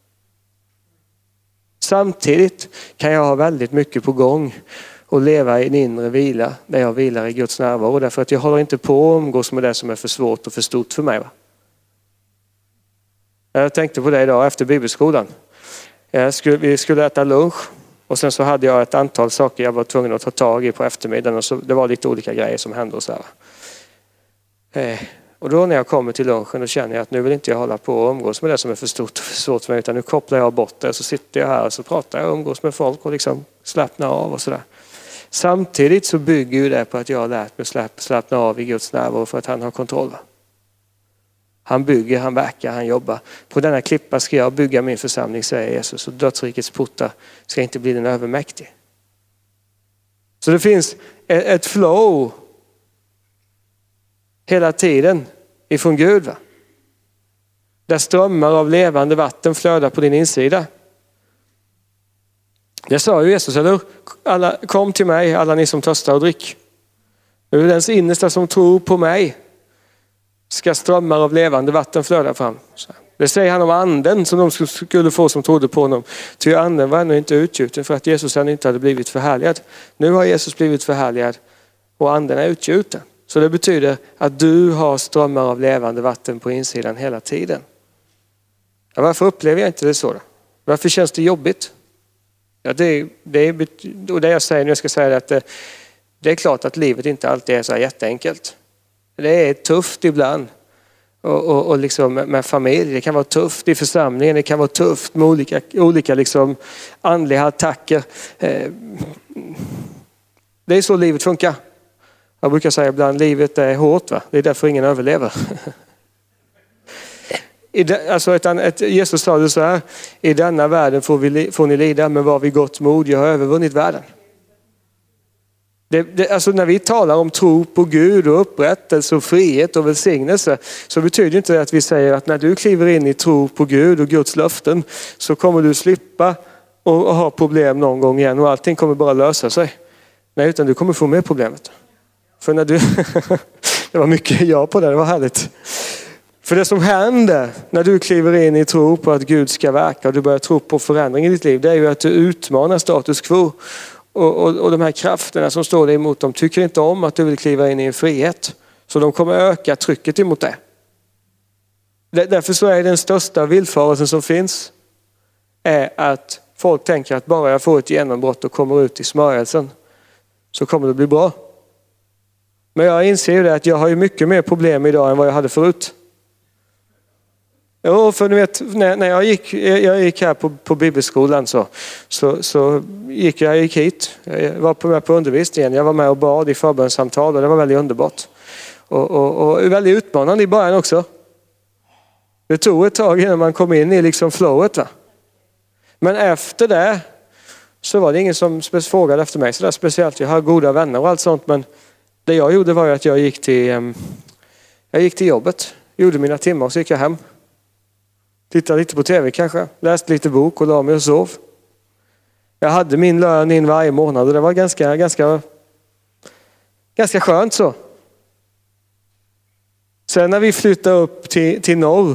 Samtidigt kan jag ha väldigt mycket på gång och leva i en inre vila där jag vilar i Guds närvaro. Därför att jag håller inte på att umgås med det som är för svårt och för stort för mig. Jag tänkte på det idag efter bibelskolan. Vi skulle äta lunch och sen så hade jag ett antal saker jag var tvungen att ta tag i på eftermiddagen. Och så, det var lite olika grejer som hände och så här. Och då när jag kommer till lunchen då känner jag att nu vill inte jag hålla på och umgås med det som är för stort och för svårt för mig. Utan nu kopplar jag bort det och så sitter jag här och så pratar jag och umgås med folk och liksom slappnar av och sådär. Samtidigt så bygger ju det på att jag har lärt mig slappna av i Guds närvaro för att han har kontroll. Han bygger, han verkar, han jobbar. På denna klippa ska jag bygga min församling, säger Jesus. Och dödsrikets portar ska inte bli den övermäktig. Så det finns ett flow hela tiden ifrån Gud. Va? Där strömmar av levande vatten flödar på din insida. Det sa ju Jesus, eller kom till mig alla ni som törstar och drick. Ur dens innersta som tror på mig ska strömmar av levande vatten flöda fram. Det säger han om anden som de skulle få som trodde på honom. Ty anden var ännu inte utgjuten för att Jesus ännu inte hade blivit förhärligad. Nu har Jesus blivit förhärligad och anden är utgjuten. Så det betyder att du har strömmar av levande vatten på insidan hela tiden. Ja, varför upplever jag inte det så då? Varför känns det jobbigt? Ja, och det jag säger nu, jag ska säga att det är klart att livet inte alltid är så här jätteenkelt. Det är tufft ibland. Och liksom med familj, det kan vara tufft i församlingen, det kan vara tufft med olika liksom andliga attacker. Det är så livet funkar. Jag brukar säga ibland, livet är hårt, va? Det är därför ingen överlever. Jesus sa det så här: i denna världen får ni lida, men var vid gott mod, jag har övervunnit världen. Alltså när vi talar om tro på Gud och upprättelse och frihet och välsignelse, så betyder inte det att vi säger att när du kliver in i tro på Gud och Guds löften så kommer du slippa och ha problem någon gång igen och allting kommer bara lösa sig. Nej, utan du kommer få med problemet. För när du det var mycket ja på det var härligt. För det som händer när du kliver in i tro på att Gud ska verka och du börjar tro på förändring i ditt liv, det är ju att du utmanar status quo. Och de här krafterna som står dig emot, de tycker inte om att du vill kliva in i en frihet. Så de kommer öka trycket emot det. Därför så är den största villfarelsen som finns är att folk tänker att bara jag får ett genombrott och kommer ut i smörjelsen så kommer det bli bra. Men jag inser ju det att jag har ju mycket mer problem idag än vad jag hade förut. Jo, för du vet, när jag gick här på bibelskolan så gick jag hit. Jag var med på undervisningen. Jag var med och bad i förbönssamtal och det var väldigt underbart. Och väldigt utmanande i början också. Det tog ett tag innan man kom in i liksom flowet, va. Men efter det så var det ingen som frågade efter mig så där speciellt. Jag har goda vänner och allt sånt, men det jag gjorde var ju att jag gick till jobbet. Gjorde mina timmar och så gick jag hem. Tittade lite på tv kanske. Läste lite bok och la mig och sov. Jag hade min lön in varje månad och det var ganska skönt så. Sen när vi flyttade upp till norr.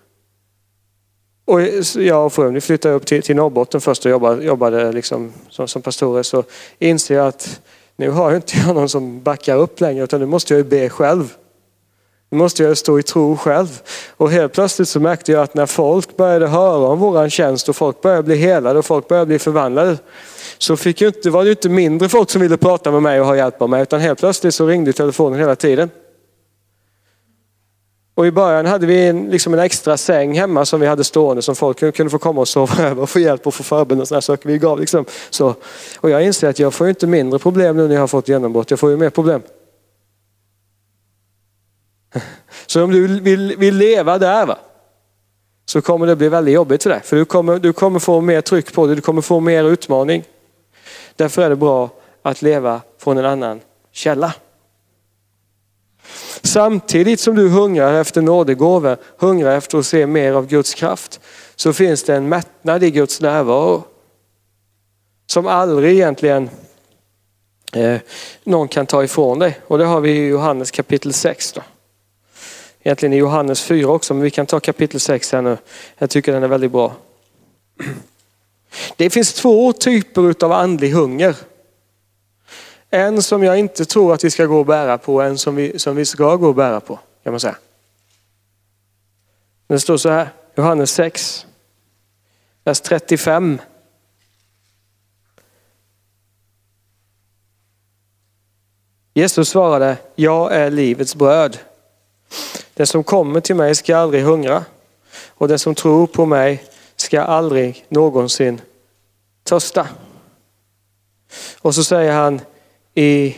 Och jag och frun, vi flyttade upp till Norrbotten först och jobbade liksom som pastorer, så inser jag att nu har jag inte någon som backar upp längre, utan nu måste jag ju be själv. Nu måste jag stå i tro själv. Och helt plötsligt så märkte jag att när folk började höra om våran tjänst och folk började bli helade och folk började bli förvandlade, så var det inte mindre folk som ville prata med mig och ha hjälp av mig, utan helt plötsligt så ringde telefonen hela tiden. Och i början hade vi en extra säng hemma som vi hade stående som folk kunde få komma och sova över och få hjälp och få förbund och sådana saker. Vi gav liksom så. Och jag inser att jag får inte mindre problem nu när jag har fått genombrott. Jag får ju mer problem. Så om du vill leva där, va, så kommer det bli väldigt jobbigt för dig. För du kommer få mer tryck på dig. Du kommer få mer utmaning. Därför är det bra att leva från en annan källa. Samtidigt som du hungrar efter nådegåvor, hungrar efter att se mer av Guds kraft, så finns det en mättnad i Guds närvaro som aldrig egentligen någon kan ta ifrån dig. Och det har vi i Johannes kapitel 6 då. Egentligen i Johannes 4 också, men vi kan ta kapitel 6 här nu. Jag tycker den är väldigt bra. Det finns två typer av andlig hunger. En som jag inte tror att vi ska gå och bära på, en som vi ska gå och bära på, kan man säga. Det står så här, Johannes 6, vers 35. Jesus svarade, jag är livets bröd. Den som kommer till mig ska aldrig hungra, och den som tror på mig ska aldrig någonsin törsta. Och så säger han i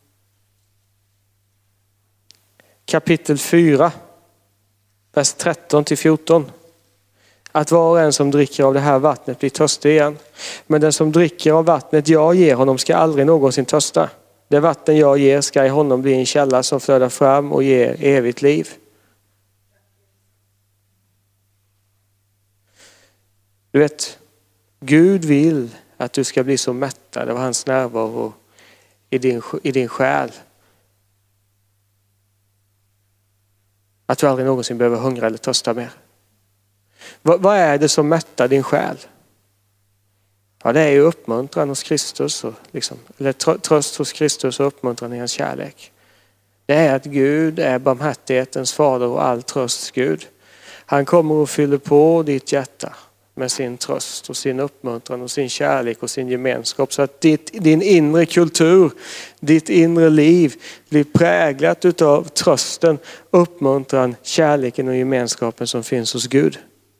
kapitel 4, vers 13-14. Att var och en som dricker av det här vattnet blir törstig igen. Men den som dricker av vattnet jag ger honom ska aldrig någonsin törsta. Det vatten jag ger ska i honom bli en källa som flödar fram och ger evigt liv. Du vet, Gud vill att du ska bli så mättad av hans närvaro i din själ. Att du aldrig någonsin behöver hungra eller törsta mer. Vad är det som mättar din själ? Ja, det är ju uppmuntran hos Kristus. Eller tröst hos Kristus och uppmuntran i hans kärlek. Det är att Gud är barmhärtighetens fader och all trösts Gud. Han kommer och fyller på ditt hjärta med sin tröst och sin uppmuntran och sin kärlek och sin gemenskap. Så att din inre kultur, ditt inre liv blir präglat utav trösten, uppmuntran, kärleken och gemenskapen som finns hos Gud.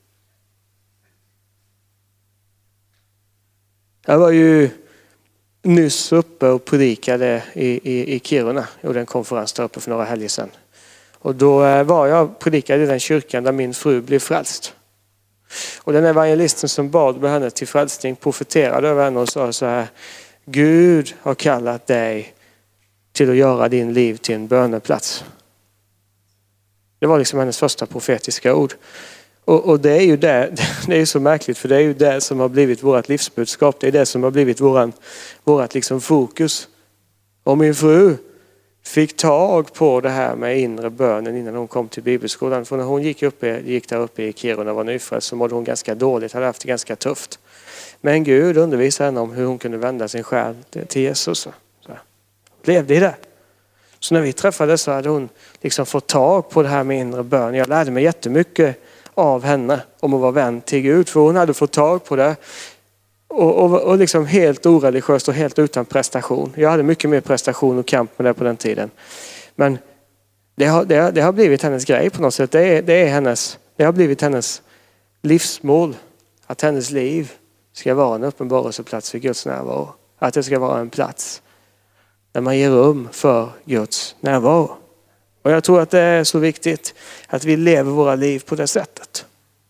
Jag var ju nyss uppe och predikade i Kiruna. Jag gjorde en konferens där uppe för några helger sedan. Och då var jag predikade i den kyrkan där min fru blev frälst. Och den evangelisten som bad med henne till frälsning profeterade över henne och sa så här: Gud har kallat dig till att göra din liv till en böneplats. Det var liksom hennes första profetiska ord. Och det är ju det är så märkligt, för det är ju det som har blivit vårt livsbudskap. Det är det som har blivit vårat liksom fokus. Och min fru fick tag på det här med inre bönen innan hon kom till bibelskolan. För när hon gick där uppe i Kiruna och var nyfrälst så mådde hon ganska dåligt, hade haft det ganska tufft. Men Gud undervisade henne om hur hon kunde vända sin själ till Jesus. Så levde i det. Så när vi träffades så hade hon liksom fått tag på det här med inre bön. Jag lärde mig jättemycket av henne om att vara vän till Gud. För hon hade fått tag på det. Och liksom helt oreligiöst och helt utan prestation. Jag hade mycket mer prestation och kamp med det på den tiden. Men det har blivit hennes grej på något sätt. Det har blivit hennes livsmål. Att hennes liv ska vara en uppenbarelseplats för Guds närvaro. Att det ska vara en plats där man ger rum för Guds närvaro. Och jag tror att det är så viktigt att vi lever våra liv på det sättet.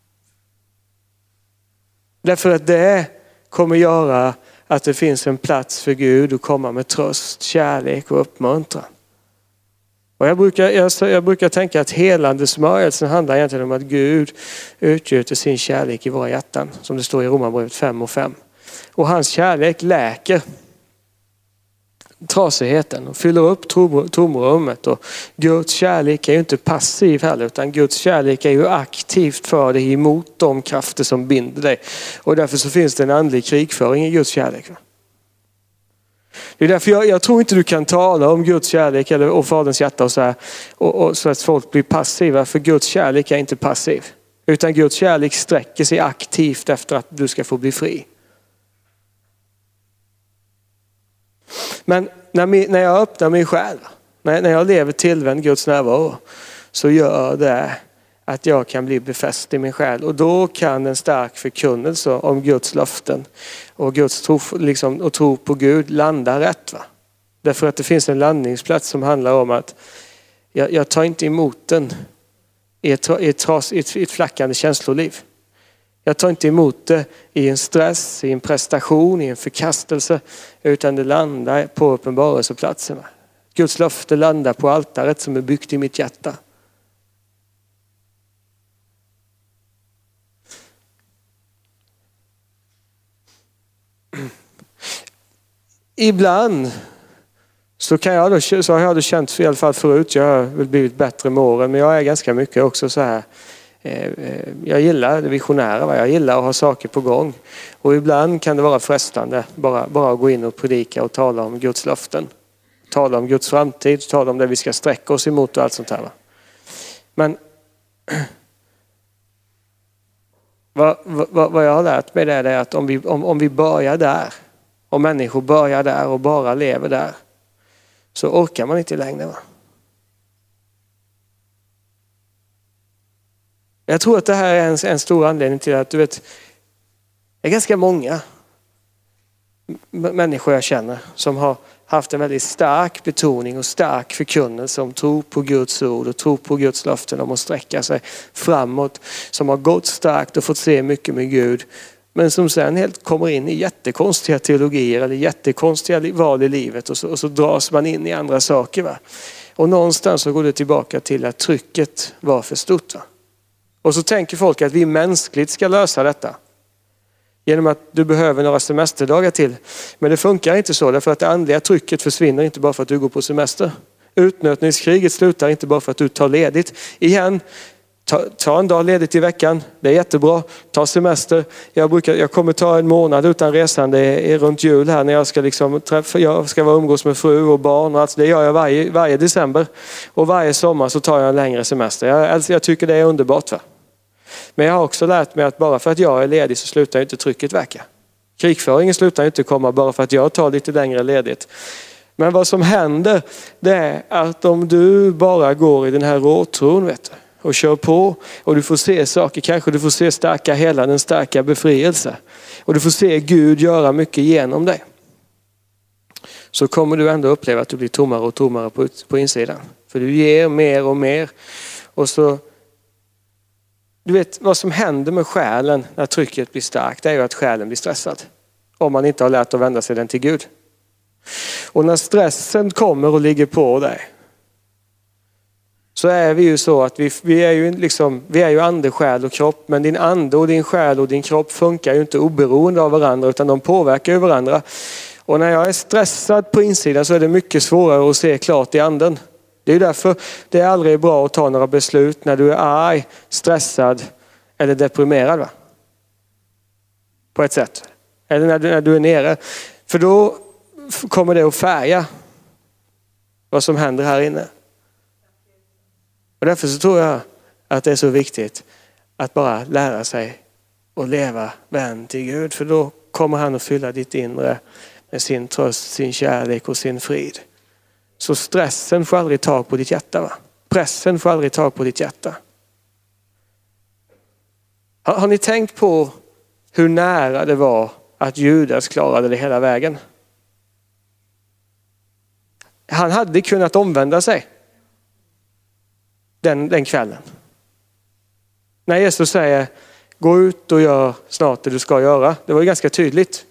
Därför att det kommer göra att det finns en plats för Gud att komma med tröst, kärlek och uppmuntran. Och jag brukar tänka att helande smörjelsen handlar egentligen om att Gud utgjuter sin kärlek i våra hjärtan. Som det står i Romarbrevet 5:5. Och hans kärlek läker trasigheten och fyller upp tomrummet. Och Guds kärlek är ju inte passiv heller, utan Guds kärlek är ju aktivt för dig emot de krafter som binder dig. Och därför så finns det en andlig krigföring i Guds kärlek. Det är därför jag tror inte du kan tala om Guds kärlek och Faderns hjärta och så här, och så att folk blir passiva. För Guds kärlek är inte passiv, utan Guds kärlek sträcker sig aktivt efter att du ska få bli fri. Men när jag öppnar mig själv, när jag lever tillvänd Guds närvaro, så gör det att jag kan bli befäst i min själ. Och då kan en stark förkunnelse om Guds löften och Guds tro, liksom, och tro på Gud landa rätt. Va? Därför att det finns en landningsplats som handlar om att jag tar inte emot den i ett flackande känsloliv. Jag tar inte emot det i en stress, i en prestation, i en förkastelse, utan det landar på uppenbarelseplatsen. Guds löfte landar på altaret som är byggt i mitt hjärta. Ibland så har jag då känt, i alla fall förut, jag har väl blivit bättre med åren, men jag är ganska mycket också så här. Jag gillar det visionära, jag gillar att ha saker på gång. Och ibland kan det vara frestande bara att gå in och predika och tala om Guds löften. Tala om Guds framtid, tala om det vi ska sträcka oss emot och allt sånt här. Men vad jag har lärt mig är att om vi börjar där, om människor börjar där och bara lever där, så orkar man inte längre. Va? Jag tror att det här är en stor anledning till att det är ganska många människor jag känner som har haft en väldigt stark betoning och stark förkunnelse om tro på Guds ord och tro på Guds löften om att sträcka sig framåt. Som har gått starkt och fått se mycket med Gud. Men som sen helt kommer in i jättekonstiga teologier eller jättekonstiga val i livet och så dras man in i andra saker. Va? Och någonstans så går det tillbaka till att trycket var för stort. Va? Och så tänker folk att vi mänskligt ska lösa detta. Genom att du behöver några semesterdagar till. Men det funkar inte så, därför att det andliga trycket försvinner inte bara för att du går på semester. Utnötningskriget slutar inte bara för att du tar ledigt. Igen, ta en dag ledigt i veckan. Det är jättebra. Ta semester. Jag kommer ta en månad utan resan. Det är runt jul här när jag ska vara umgås med fru och barn. Och allt. Det gör jag varje december. Och varje sommar så tar jag en längre semester. Jag tycker det är underbart. Va? Men jag har också lärt mig att bara för att jag är ledig så slutar inte trycket verka. Krigföringen slutar inte komma bara för att jag tar lite längre ledigt. Men vad som händer, det är att om du bara går i den här råtron, vet du, och kör på, och du får se saker, kanske du får se starka helanden, starka befrielse, och du får se Gud göra mycket genom dig, så kommer du ändå uppleva att du blir tommare och tommare på insidan. För du ger mer och mer. Och så, du vet vad som händer med själen när trycket blir starkt, det är ju att själen blir stressad. Om man inte har lärt att vända sig den till Gud. Och när stressen kommer och ligger på dig, så är vi ju så att vi är ju ande, själ och kropp. Men din ande och din själ och din kropp funkar ju inte oberoende av varandra, utan de påverkar ju varandra. Och när jag är stressad på insidan så är det mycket svårare att se klart i anden. Det är ju därför det är aldrig bra att ta några beslut när du är arg, stressad eller deprimerad, va? På ett sätt. Eller när du är nere. För då kommer det att färga vad som händer här inne. Och därför så tror jag att det är så viktigt att bara lära sig att leva vän till Gud. För då kommer han att fylla ditt inre med sin tröst, sin kärlek och sin frid. Så stressen får aldrig tag på ditt hjärta, va? Pressen får aldrig tag på ditt hjärta. Har ni tänkt på hur nära det var att Judas klarade det hela vägen? Han hade kunnat omvända sig den kvällen. När Jesus säger, gå ut och gör snart det du ska göra. Det var ju ganska tydligt.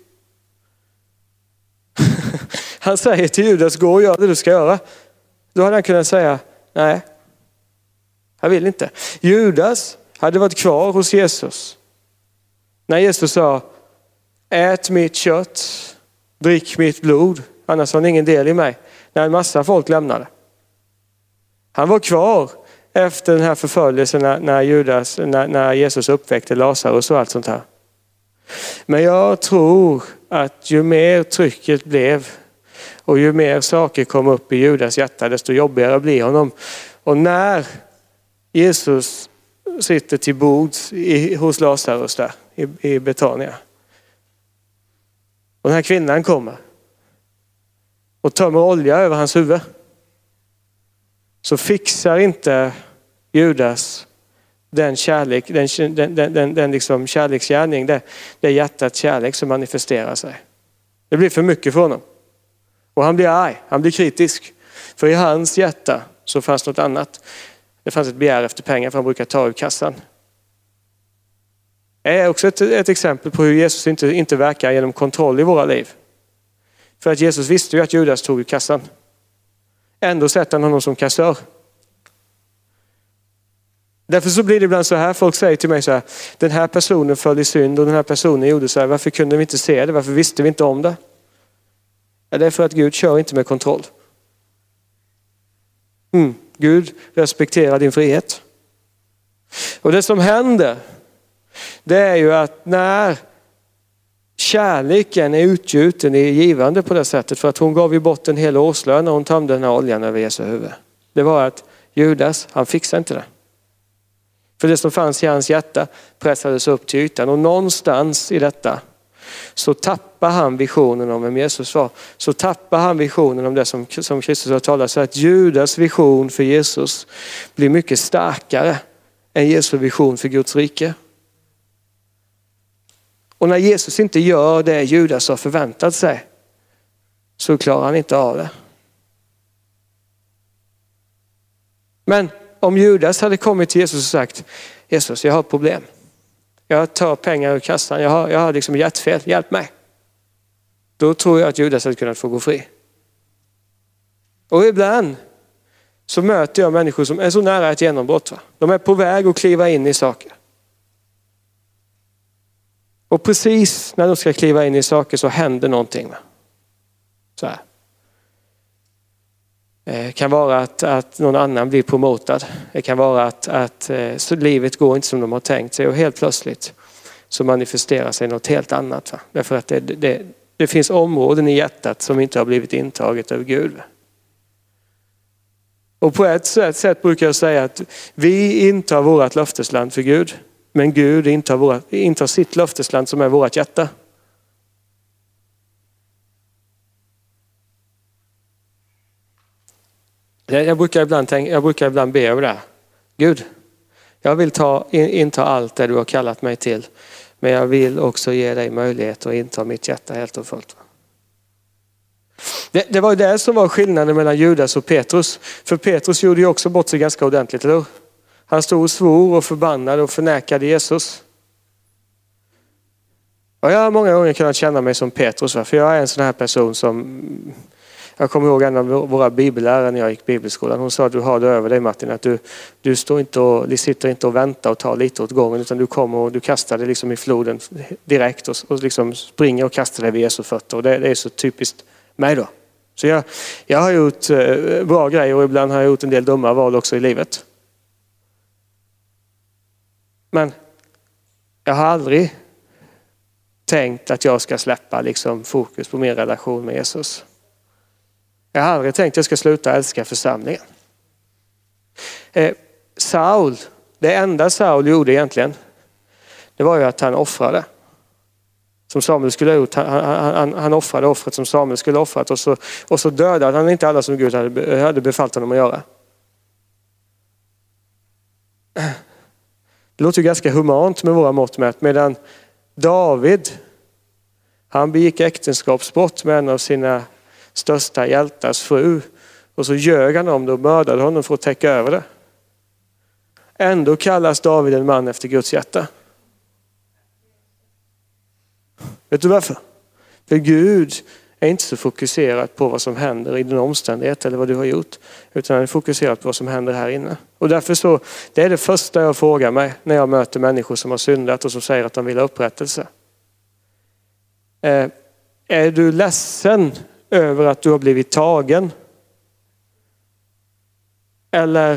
Han säger till Judas, gå och gör det du ska göra. Då hade han kunnat säga, nej, jag vill inte. Judas hade varit kvar hos Jesus. När Jesus sa, ät mitt kött, drick mitt blod, annars har ni ingen del i mig. När en massa folk lämnade. Han var kvar efter den här förföljelsen när Jesus uppväckte Lazarus och allt sånt här. Men jag tror att ju mer trycket blev och ju mer saker kom upp i Judas hjärta, desto jobbigare blir honom. Och när Jesus sitter till bords hos Lazarus där i Betania, och den här kvinnan kommer och tömmer olja över hans huvud, så fixar inte Judas den kärlek, den liksom kärleksgärning, det hjärtats kärlek som manifesterar sig. Det blir för mycket för honom. Och han blir arg, han blir kritisk. För i hans hjärta så fanns något annat. Det fanns ett begär efter pengar, för han brukar ta ur kassan. Det är också ett exempel på hur Jesus inte verkar genom kontroll i våra liv. För att Jesus visste ju att Judas tog ur kassan. Ändå sätter han honom som kassör. Därför så blir det ibland så här, folk säger till mig så här, den här personen föll i synd och den här personen gjorde så här, varför kunde vi inte se det? Varför visste vi inte om det? Ja, det är för att Gud kör inte med kontroll. Gud respekterar din frihet. Och det som händer, det är ju att när kärleken är utgjuten, är givande på det sättet, för att hon gav ju bort en hel årslön när hon tömde den här oljan över Jesu huvud. Det var att Judas, han fixade inte det. För det som fanns i hans hjärta pressades upp till ytan, och någonstans i detta så tappar han visionen om vem Jesus var. Så tappar han visionen om det som Kristus har talat, så att Judas vision för Jesus blir mycket starkare än Jesu vision för Guds rike. Och när Jesus inte gör det Judas har förväntat sig, så klarar han inte av det. Men om Judas hade kommit till Jesus och sagt, Jesus, jag har ett problem. Jag tar pengar ur kassan, jag har liksom hjärtfel, hjälp mig. Då tror jag att Judas hade kunnat få gå fri. Och ibland så möter jag människor som är så nära ett genombrott. Va? De är på väg att kliva in i saker. Och precis när de ska kliva in i saker så händer någonting. Va? Så här. Det kan vara att någon annan blir promotad. Det kan vara att så livet går inte som de har tänkt sig. Och helt plötsligt så manifesterar sig något helt annat. Va? Därför att det finns områden i hjärtat som inte har blivit intaget av Gud. Va? Och på ett sätt brukar jag säga att vi intar vårat löftesland för Gud. Men Gud intar sitt löftesland som är vårt hjärta. Jag brukar ibland be över det. Gud, jag vill inta allt det du har kallat mig till. Men jag vill också ge dig möjlighet att inta mitt hjärta helt och fullt. Det var det som var skillnaden mellan Judas och Petrus. För Petrus gjorde ju också bort sig ganska ordentligt, eller hur? Han stod och svor och förbannade och förnekade Jesus. Och jag har många gånger kunnat känna mig som Petrus. För jag är en sån här person som... Jag kommer ihåg en av våra bibellärare när jag gick bibelskolan. Hon sa att du har det över dig, Martin. Att du sitter inte och väntar och tar lite åt gången. Utan du kommer och du kastar dig liksom i floden direkt. Och liksom springer och kastar dig vid Jesu fötter. Och det är så typiskt mig då. Så jag har gjort bra grejer och ibland har jag gjort en del dumma val också i livet. Men jag har aldrig tänkt att jag ska släppa liksom fokus på min relation med Jesus. Jag har aldrig tänkt att jag ska sluta älska församlingen. Saul, det enda Saul gjorde egentligen, det var ju att han offrade. Som Samuel skulle ha gjort. Han offrade offret som Samuel skulle ha offrat. Och så dödade han inte alla som Gud hade befallt honom att göra. Det låter ju ganska humant med våra mått mätt. Medan David, han begick äktenskapsbrott med en av sina största hjältars fru. Och så ljög han om det och mördade honom för att täcka över det. Ändå kallas David en man efter Guds hjärta. Vet du varför? För Gud är inte så fokuserad på vad som händer i din omständighet eller vad du har gjort. Utan han är fokuserad på vad som händer här inne. Och därför så, det är det första jag frågar mig när jag möter människor som har syndat och som säger att de vill ha upprättelse. Är du ledsen över att du har blivit tagen? Eller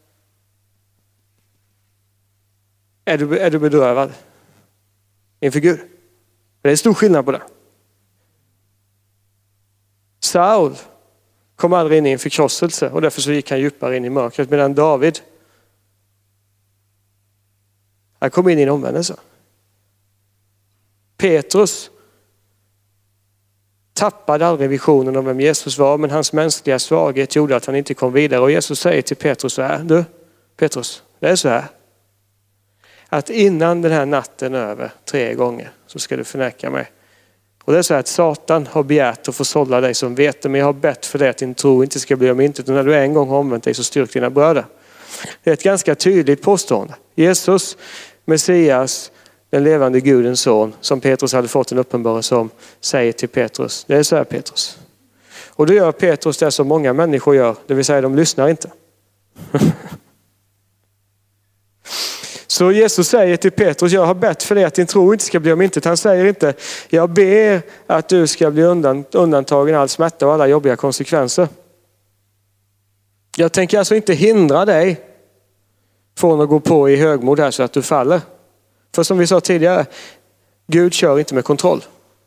är du bedrövad inför Gud? Det är stor skillnad på det. Saul kom aldrig in i en förkrosselse och därför så gick han djupare in i mörkret. Medan David, han kom in i en omvändelse. Petrus tappade aldrig visionen om vem Jesus var, men hans mänskliga svaghet gjorde att han inte kom vidare. Och Jesus säger till Petrus så här: du Petrus, det är så här. Att innan den här natten är över 3 gånger så ska du förneka mig. Och det är så här att Satan har begärt att få sålla dig som vete, men jag har bett för det att din tro inte ska bli om intet. Och när du en gång har omvänt dig så styrk dina bröder. Det är ett ganska tydligt påstående. Jesus, Messias, den levande Gudens son, som Petrus hade fått en uppenbarelse om, säger till Petrus: det är så här Petrus. Och då gör Petrus det som många människor gör, det vill säga de lyssnar inte. Så Jesus säger till Petrus: jag har bett för dig att din tro inte ska bli om intet. Han säger inte: jag ber att du ska bli undantagen all smärta och alla jobbiga konsekvenser. Jag tänker alltså inte hindra dig från att gå på i högmod här så att du faller. För som vi sa tidigare, Gud kör inte med kontroll.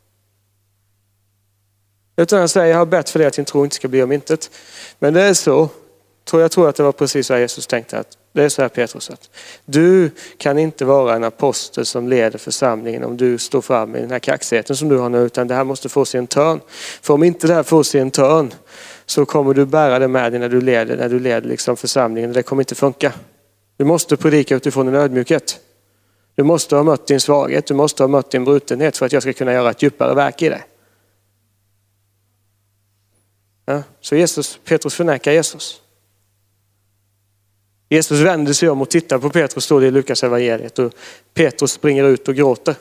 Utan han säger: jag har bett för dig att din tro inte ska bli om intet. Men det är så, jag tror att det var precis så Jesus tänkte, att det är så här Petrus, att du kan inte vara en apostel som leder församlingen om du står fram i den här kaxigheten som du har nu, utan det här måste få sig en törn. För om inte det här får sig en törn så kommer du bära det med dig när du leder liksom församlingen. Det kommer inte funka. Du måste predika utifrån en ödmjukhet. Du måste ha mött din svaghet, du måste ha mött din brutenhet för att jag ska kunna göra ett djupare verk i dig. Ja, så Petrus förnekar Jesus. Jesus vänder sig om och tittar på Petrus, står det i Lukas evangeliet, och Petrus springer ut och gråter.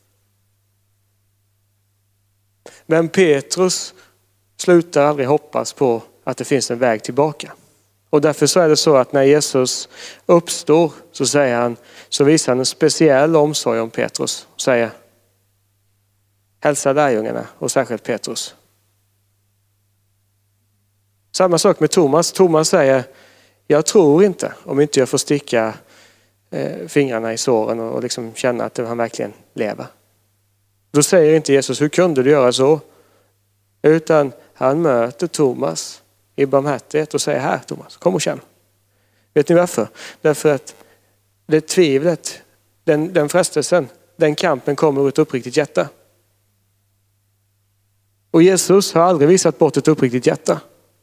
Men Petrus slutar aldrig hoppas på att det finns en väg tillbaka. Och därför så är det så att när Jesus uppstår så visar han en speciell omsorg om Petrus. Och säger: hälsa lärjungarna och särskilt Petrus. Samma sak med Thomas. Thomas säger: jag tror inte om inte jag får sticka fingrarna i såren och liksom känna att han verkligen lever. Då säger inte Jesus: hur kunde du göra så? Utan han möter Thomas i barmhärtighet och säger: här Thomas, kom och känn. Vet ni varför? Därför att det tvivlet Den frestelsen, den kampen kommer ur ett uppriktigt hjärta. Och Jesus har aldrig visat bort ett uppriktigt hjärta.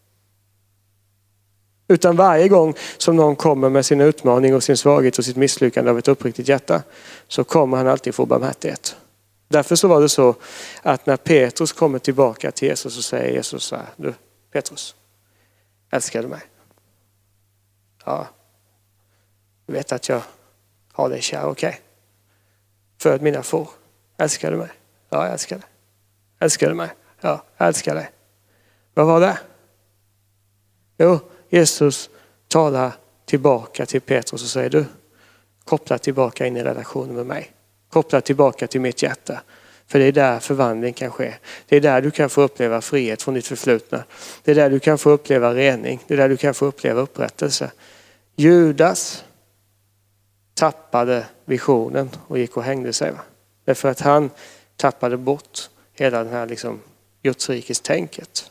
Utan varje gång som någon kommer med sin utmaning och sin svaghet och sitt misslyckande av ett uppriktigt hjärta, så kommer han alltid få barmhärtighet. Därför så var det så att när Petrus kommer tillbaka till Jesus, så säger Jesus så här: du Petrus, älskar du mig? Ja, du vet att jag har dig kär, okej. Föd mina får. Älskar du mig? Ja, jag älskar dig. Älskar du mig? Ja, jag älskar dig. Vad var det? Jo, Jesus talar tillbaka till Petrus och säger: du, koppla tillbaka in i relationen med mig. Koppla tillbaka till mitt hjärta. För det är där förvandling kan ske. Det är där du kan få uppleva frihet från ditt förflutna. Det är där du kan få uppleva rening. Det är där du kan få uppleva upprättelse. Judas tappade visionen och gick och hängde sig. Därför att han tappade bort hela den här Guds rikes tänket.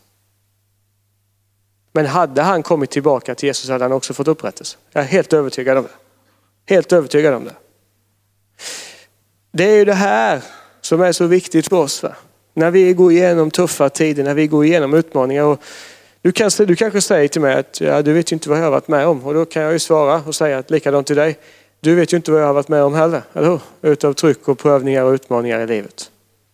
Men hade han kommit tillbaka till Jesus, hade han också fått upprättelse. Jag är helt övertygad om det. Helt övertygad om det. Det är ju det här som är så viktigt för oss. Va? När vi går igenom tuffa tider, när vi går igenom utmaningar. Och du kanske säger till mig att ja, du vet ju inte vad jag har varit med om. Och då kan jag ju svara och säga att likadant till dig. Du vet ju inte vad jag har varit med om heller. Eller hur? Utav tryck och prövningar och utmaningar i livet.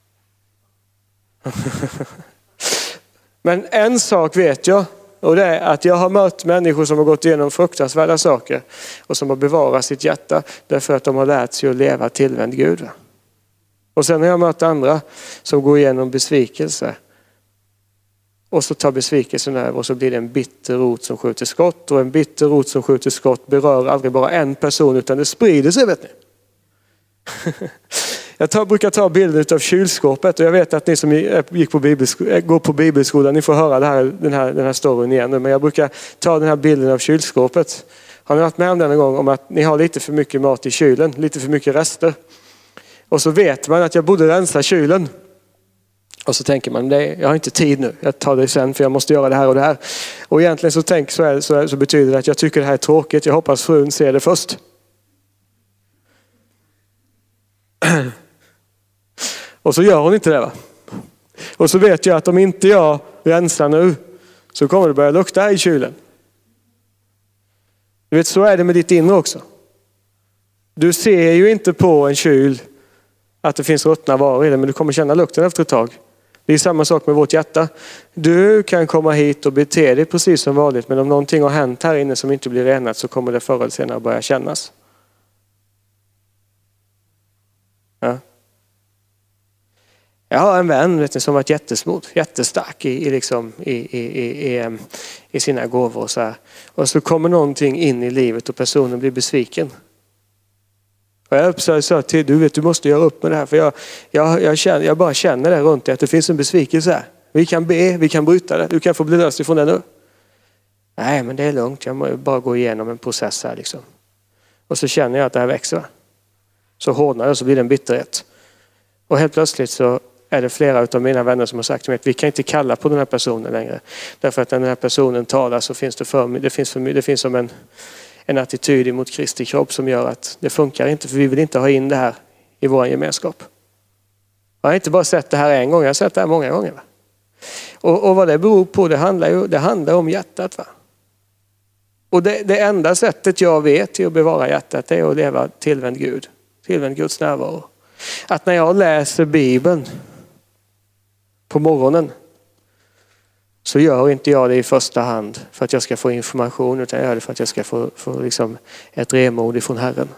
Men en sak vet jag. Och det är att jag har mött människor som har gått igenom fruktansvärda saker. Och som har bevarat sitt hjärta. Därför att de har lärt sig att leva tillvänd Gud. Va? Och sen har jag mött andra som går igenom besvikelse. Och så tar besvikelsen över och så blir det en bitter rot som skjuter skott. Och en bitter rot som skjuter skott berör aldrig bara en person, utan det sprider sig, vet ni. Jag brukar ta bilden av kylskåpet, och jag vet att ni som går på bibelskolan, ni får höra den här storyn igen. Men jag brukar ta den här bilden av kylskåpet. Har ni varit med om den en gång, om att ni har lite för mycket mat i kylen, lite för mycket rester? Och så vet man att jag borde rensa kylen. Och så tänker man, nej, jag har inte tid nu. Jag tar det sen för jag måste göra det här och det här. Och egentligen så betyder det att jag tycker det här är tråkigt. Jag hoppas frun ser det först. Och så gör hon inte det, va? Och så vet jag att om inte jag rensar nu, så kommer det börja lukta i kylen. Du vet, så är det med ditt inre också. Du ser ju inte på en kyl att det finns ruttna varor i den, men du kommer känna lukten efter ett tag. Det är samma sak med vårt hjärta. Du kan komma hit och bete dig precis som vanligt, men om någonting har hänt här inne som inte blir renat, så kommer det förr eller senare börja kännas. Ja. Jag har en vän som varit jättestark i sina gåvor och så här. Och så kommer någonting in i livet och personen blir besviken. Och jag sa till du måste göra upp med det här, för jag bara känner det runt dig att det finns en besvikelse här. Vi kan be, vi kan bryta det. Du kan få bli löst ifrån det nu. Nej, men det är lugnt. Jag måste bara gå igenom en process här . Och så känner jag att det här växer. Så hårdnar det och så blir det en bitterhet. Och helt plötsligt så är det flera av mina vänner som har sagt till mig att vi kan inte kalla på den här personen längre. Därför att när den här personen talar så finns det finns som en attityd emot Kristi kropp som gör att det funkar inte, för vi vill inte ha in det här i vår gemenskap. Jag har inte bara sett det här en gång, jag har sett det här många gånger. Va? Och vad det beror på, det handlar om hjärtat. Va? Och det enda sättet jag vet till att bevara hjärtat är att leva tillvänd Gud. Tillvänd Guds närvaro. Att när jag läser Bibeln på morgonen, så gör inte jag det i första hand för att jag ska få information, utan jag gör det för att jag ska få ett remod från Herren.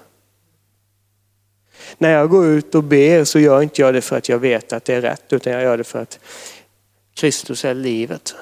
När jag går ut och ber, så gör inte jag det för att jag vet att det är rätt, utan jag gör det för att Kristus är livet.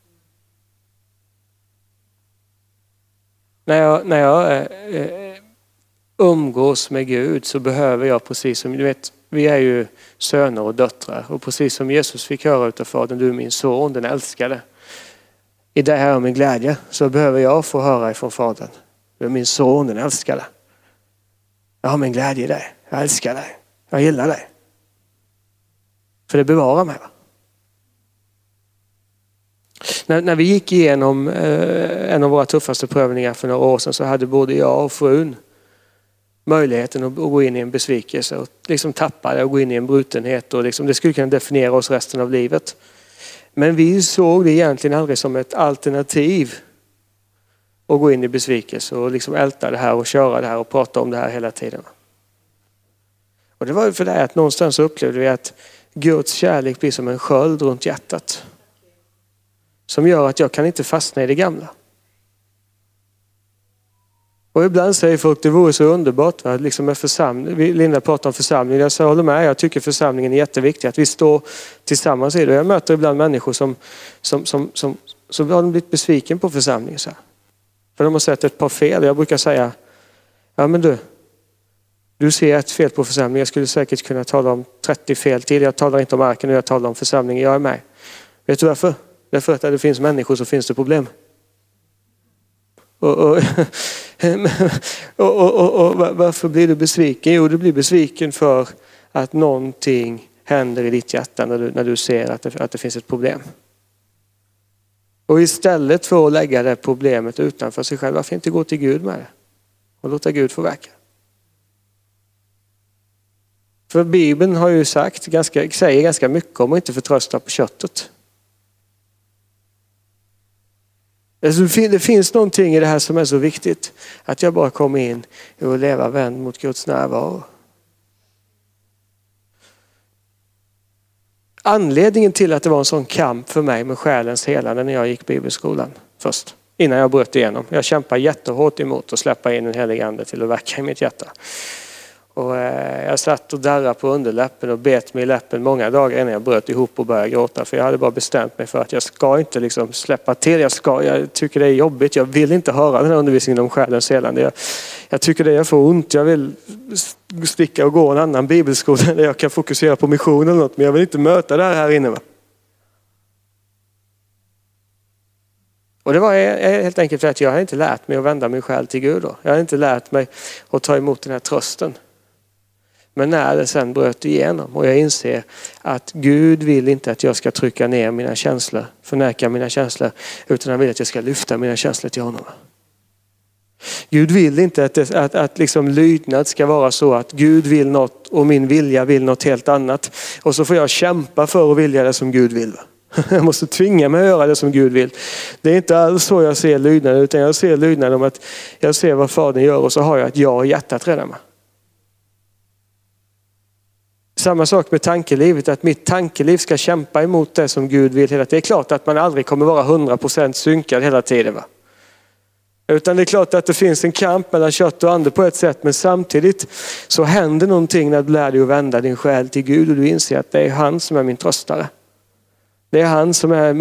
När jag umgås med Gud, så behöver jag, precis som du vet, vi är ju söner och döttrar, och precis som Jesus fick höra utav Fadern, du är min son, den älskade. I det här min glädje, så behöver jag få höra ifrån Fadern, du är min son, den älskade. Jag har min glädje i dig, jag älskar dig, jag gillar dig. För det bevarar mig. Va? När vi gick igenom en av våra tuffaste prövningar för några år sedan, så hade både jag och frun möjligheten att gå in i en besvikelse och liksom tappa det och gå in i en brutenhet. Och liksom, det skulle kunna definiera oss resten av livet. Men vi såg det egentligen aldrig som ett alternativ att gå in i besvikelse och liksom älta det här och köra det här och prata om det här hela tiden. Och det var ju för det att någonstans upplevde vi att Guds kärlek blir som en sköld runt hjärtat. Som gör att jag kan inte fastna i det gamla. Och ibland säger folk det vore så underbart att liksom med församling. Linda pratar om församling. Jag håller med. Jag tycker församlingen är jätteviktig. Att vi står tillsammans i det. Jag möter ibland människor som har blivit besviken på församlingen. Så här. För de har sett ett par fel. Jag brukar säga, ja men du ser ett fel på församlingen. Jag skulle säkert kunna tala om 30 fel till. Jag talar inte om marken och jag talar om församlingen. Jag är med. Vet du varför? Därför att där det finns människor så finns det problem. Och varför blir du besviken? Jo, du blir besviken för att någonting händer i ditt hjärta när du ser att det finns ett problem. Och istället för att lägga det problemet utanför sig själv, varför inte gå till Gud med det? Och låta Gud få verka. För Bibeln har ju säger ganska mycket om att inte förtrösta på köttet. Det finns någonting i det här som är så viktigt. Att jag bara kommer in och leva vänd mot Guds närvaro. Anledningen till att det var en sån kamp för mig med själens helande när jag gick bibelskolan först. Innan jag bröt igenom. Jag kämpade jättehårt emot att släppa in en helig ande till att verka i mitt hjärta. Och jag satt och darrade på underläppen och bet mig i läppen många dagar innan jag bröt ihop och började gråta. För jag hade bara bestämt mig för att jag ska inte liksom släppa till. Jag tycker det är jobbigt. Jag vill inte höra den här undervisningen om själens helande. Jag tycker det är för ont. Jag vill sticka och gå en annan bibelskola där jag kan fokusera på mission eller något. Men jag vill inte möta det här inne. Va? Och det var helt enkelt för att jag hade inte lärt mig att vända mig själv till Gud då. Jag hade inte lärt mig att ta emot den här trösten. Men när det sen bröt igenom och jag inser att Gud vill inte att jag ska trycka ner mina känslor, förneka mina känslor, utan han vill att jag ska lyfta mina känslor till honom. Gud vill inte att liksom lydnad ska vara så att Gud vill något och min vilja vill något helt annat. Och så får jag kämpa för att vilja det som Gud vill. Jag måste tvinga mig att göra det som Gud vill. Det är inte alls så jag ser lydnad, utan jag ser lydnad om att jag ser vad Fadern gör och så har jag ett ja i hjärtat redan med. Samma sak med tankelivet, att mitt tankeliv ska kämpa emot det som Gud vill hela tiden. Det är klart att man aldrig kommer vara 100% synkad hela tiden. Va? Utan det är klart att det finns en kamp mellan kött och ande på ett sätt. Men samtidigt så händer någonting när du lär dig att vända din själ till Gud. Och du inser att det är han som är min tröstare. Det är han som är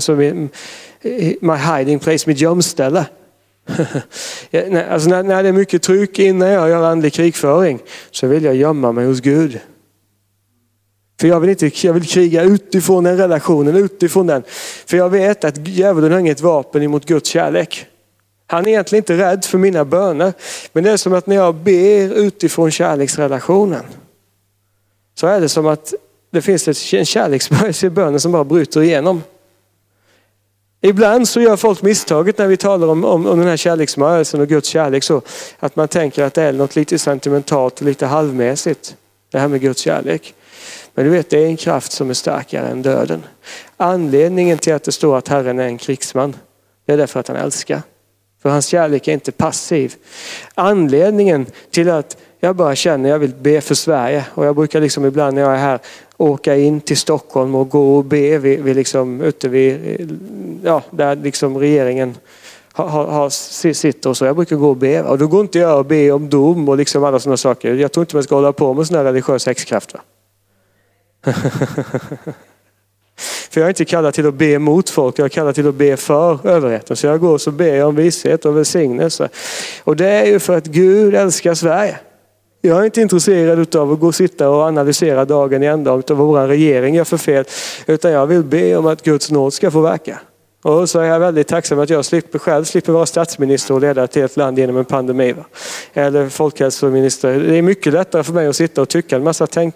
my hiding place, mitt gömställe. Alltså när det är mycket tryck innan jag gör andlig krigföring så vill jag gömma mig hos Gud. För jag vill kriga utifrån den relationen, utifrån den. För jag vet att djävulen har inget vapen emot Guds kärlek. Han är egentligen inte rädd för mina böner. Men det är som att när jag ber utifrån kärleksrelationen så är det som att det finns en kärleksbörjelse i bönen som bara bryter igenom. Ibland så gör folk misstaget när vi talar om den här kärleksmörelsen och Guds kärlek så att man tänker att det är något lite sentimentalt och lite halvmässigt. Det här med Guds kärlek. Men du vet, det är en kraft som är starkare än döden. Anledningen till att det står att Herren är en krigsman, det är därför att han älskar. För hans kärlek är inte passiv. Anledningen till att jag bara känner att jag vill be för Sverige. Och jag brukar liksom ibland när jag är här åka in till Stockholm och gå och be vid liksom, ute vid, ja, där liksom regeringen sitter och så. Jag brukar gå och be. Och då går inte jag och be om dom och liksom alla sådana saker. Jag tror inte man ska hålla på med sån här religiös häxkraft. Va? För jag är inte kallad till att be mot folk, jag är kallad till att be för överheten. Så jag går och så ber jag om vishet och välsignelse. Och det är ju för att Gud älskar Sverige. Jag är inte intresserad av att gå och sitta och analysera dagen i ända av vad vår regering gör för fel. Utan jag vill be om att Guds nåd ska få verka. Och så är jag väldigt tacksam att jag slipper vara statsminister och leda till ett land genom en pandemi. Va? Eller folkhälsominister. Det är mycket lättare för mig att sitta och tycka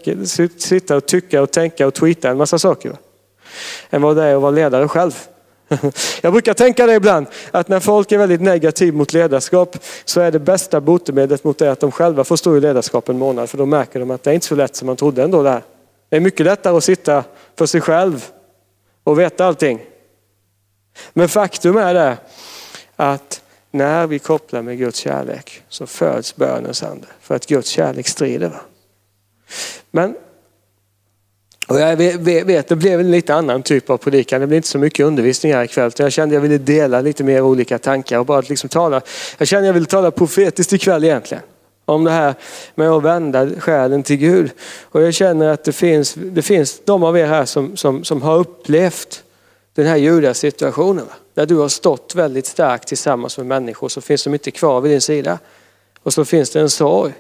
sitta och tycka och tänka och tweeta en massa saker. Va? Än vad det är att vara ledare själv. Jag brukar tänka det ibland, att när folk är väldigt negativa mot ledarskap så är det bästa botemedlet mot det att de själva får stå i ledarskap en månad. För då märker de att det är inte så lätt som man trodde ändå där. Det är mycket lättare att sitta för sig själv och veta allting. Men faktum är det att när vi kopplar med Guds kärlek så föds bönens ande. För att Guds kärlek strider. Va? Men och jag vet, det blev en lite annan typ av predikan. Det blev inte så mycket undervisning här ikväll. Jag kände att jag ville dela lite mer olika tankar och bara liksom tala. Jag kände att jag ville tala profetiskt ikväll egentligen. Om det här med att vända själen till Gud. Och jag känner att det finns de av er här som har upplevt den här judasituationen. Där du har stått väldigt starkt tillsammans med människor, så finns de inte kvar vid din sida. Och så finns det en sorg.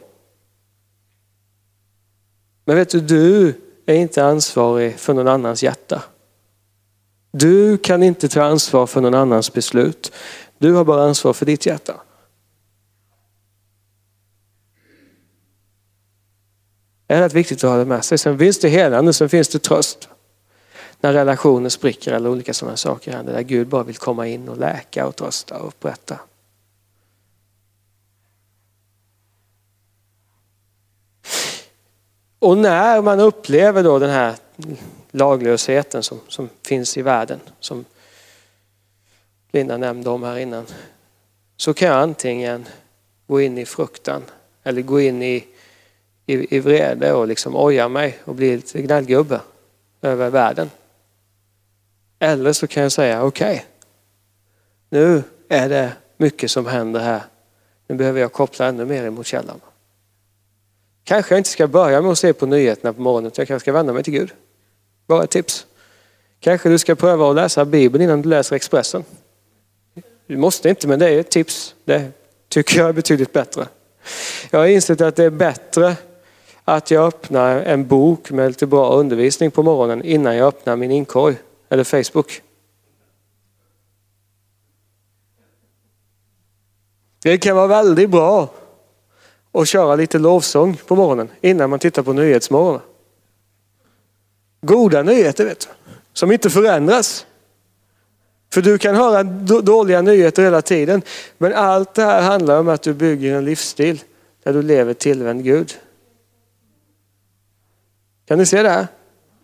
Men vet du är inte ansvarig för någon annans hjärta. Du kan inte ta ansvar för någon annans beslut. Du har bara ansvar för ditt hjärta. Det är rätt viktigt att ha det med sig. Sen finns det helande, sen finns det tröst. När relationer spricker eller olika sådana saker händer. Där Gud bara vill komma in och läka och trösta och upprätta. Och när man upplever då den här laglösheten som finns i världen. Som Linda nämnde om här innan. Så kan jag antingen gå in i fruktan. Eller gå in i vrede och liksom oja mig och bli lite gnällgubbe över världen. Eller så kan jag säga okej, nu är det mycket som händer här. Nu behöver jag koppla ännu mer emot källan. Kanske jag inte ska börja med att se på nyheterna på morgonen, utan jag kanske ska vända mig till Gud. Bara ett tips. Kanske du ska pröva att läsa Bibeln innan du läser Expressen. Du måste inte, men det är ett tips. Det tycker jag är betydligt bättre. Jag har insett att det är bättre att jag öppnar en bok med lite bra undervisning på morgonen innan jag öppnar min inkorg eller Facebook. Det kan vara väldigt bra att köra lite lovsång på morgonen innan man tittar på Nyhetsmorgon. Goda nyheter, vet du, som inte förändras. För du kan höra dåliga nyheter hela tiden, men allt det här handlar om att du bygger en livsstil där du lever tillvänd Gud. Kan ni se det här?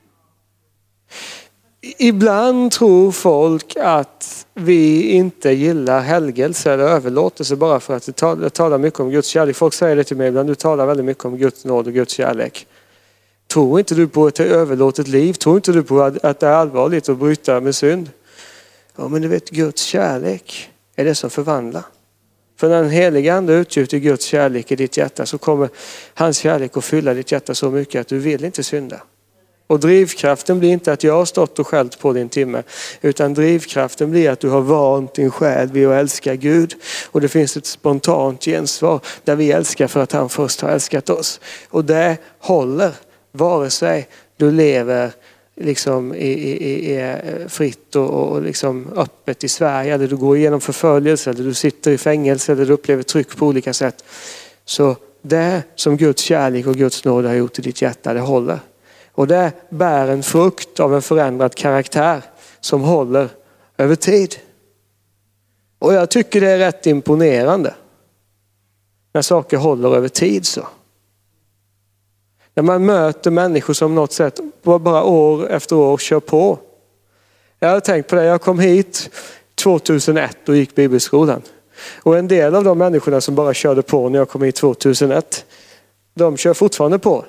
Ibland tror folk att vi inte gillar helgelse eller överlåtelse bara för att det talar mycket om Guds kärlek. Folk säger det till mig ibland, du talar väldigt mycket om Guds nåd och Guds kärlek. Tror inte du på ett överlåtet liv? Tror inte du på att det är allvarligt att bryta med synd? Ja, men du vet, Guds kärlek är det som förvandlar. För när den heliga ande utgjuter Guds kärlek i ditt hjärta så kommer hans kärlek att fylla ditt hjärta så mycket att du vill inte synda. Och drivkraften blir inte att jag har stått och skällt på din timme, utan drivkraften blir att du har vant din själ vid att älska Gud. Och det finns ett spontant gensvar där vi älskar för att han först har älskat oss. Och det håller vare sig du lever liksom fritt och liksom öppet i Sverige, eller du går igenom förföljelse, eller du sitter i fängelse, eller du upplever tryck på olika sätt. Så det som Guds kärlek och Guds nåd har gjort i ditt hjärta, det håller. Och det bär en frukt av en förändrad karaktär som håller över tid. Och jag tycker det är rätt imponerande när saker håller över tid så. När man möter människor som något sätt bara år efter år kör på. Jag har tänkt på det, jag kom hit 2001 och gick bibelskolan. Och en del av de människorna som bara körde på när jag kom hit 2001, de kör fortfarande på.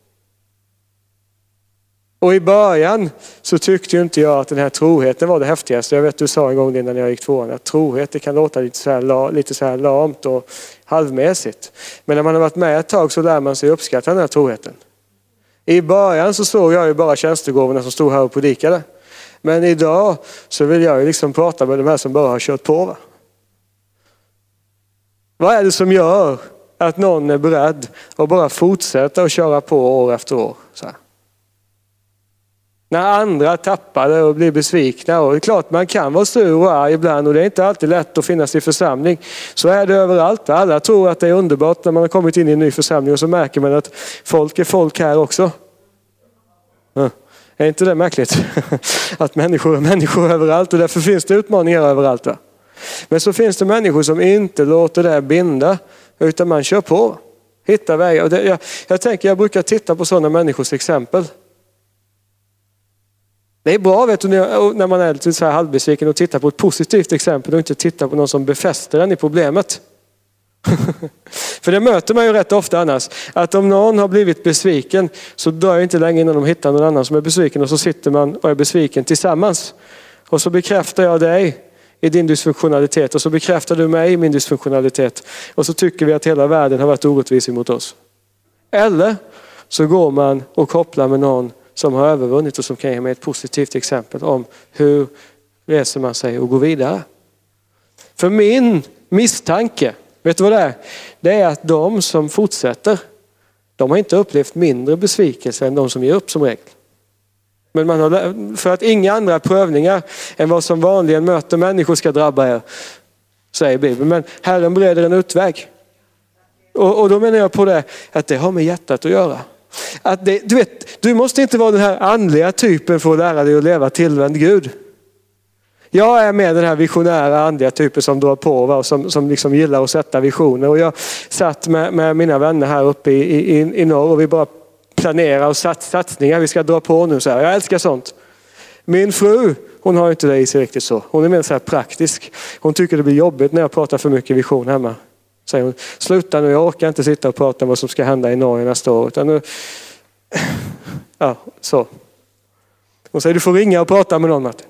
Och i början så tyckte ju inte jag att den här troheten var det häftigaste. Jag vet du sa en gång innan jag gick tvåan att trohet det kan låta lite så här lamt och halvmässigt. Men när man har varit med ett tag så lär man sig uppskatta den här troheten. I början så såg jag ju bara tjänstegåvorna som stod här och predikade. Men idag så vill jag ju liksom prata med de här som bara har kört på. Va? Vad är det som gör att någon är beredd att bara fortsätta att köra på år efter år? Så här. När andra tappar det och blir besvikna. Och det är klart man kan vara sur och arg ibland. Och det är inte alltid lätt att finnas i församling. Så är det överallt. Alla tror att det är underbart när man har kommit in i en ny församling. Och så märker man att folk är folk här också. Är inte det märkligt? Att människor är människor överallt och därför finns det utmaningar överallt. Va? Men så finns det människor som inte låter det binda utan man kör på. Hittar vägar. Och jag brukar titta på sådana människors exempel. Det är bra vet du, när man är lite så här halvbesviken och tittar på ett positivt exempel och inte tittar på någon som befäster en i problemet. För det möter man ju rätt ofta annars. Att om någon har blivit besviken så drar det inte länge innan de hittar någon annan som är besviken och så sitter man och är besviken tillsammans. Och så bekräftar jag dig i din dysfunktionalitet och så bekräftar du mig i min dysfunktionalitet. Och så tycker vi att hela världen har varit orättvis mot oss. Eller så går man och kopplar med någon som har övervunnit och som kan ge mig ett positivt exempel om hur reser man sig och går vidare. För min misstanke, vet du vad det är? Det är att de som fortsätter, de har inte upplevt mindre besvikelse än de som ger upp som regel. Men man har, för att inga andra prövningar än vad som vanligen möter människor ska drabba er, säger Bibeln. Men Herren bereder en utväg. Och då menar jag på det, att det har med hjärtat att göra. Att du måste inte vara den här andliga typen för att lära dig att leva tillvänd Gud. Jag är med den här visionära andliga typen som drar på och som liksom gillar att sätta visioner. Och jag satt med mina vänner här uppe i norr och vi bara planerar och satsningar vi ska dra på nu. Så här. Jag älskar sånt. Min fru, hon har inte det i sig riktigt så. Hon är mer så här praktisk. Hon tycker det blir jobbigt när jag pratar för mycket vision hemma. Säger hon, sluta nu, jag orkar inte sitta och prata om vad som ska hända i Norge nästa år. Utan nu... Ja, så. Hon säger, du får ringa och prata med någon, Martin.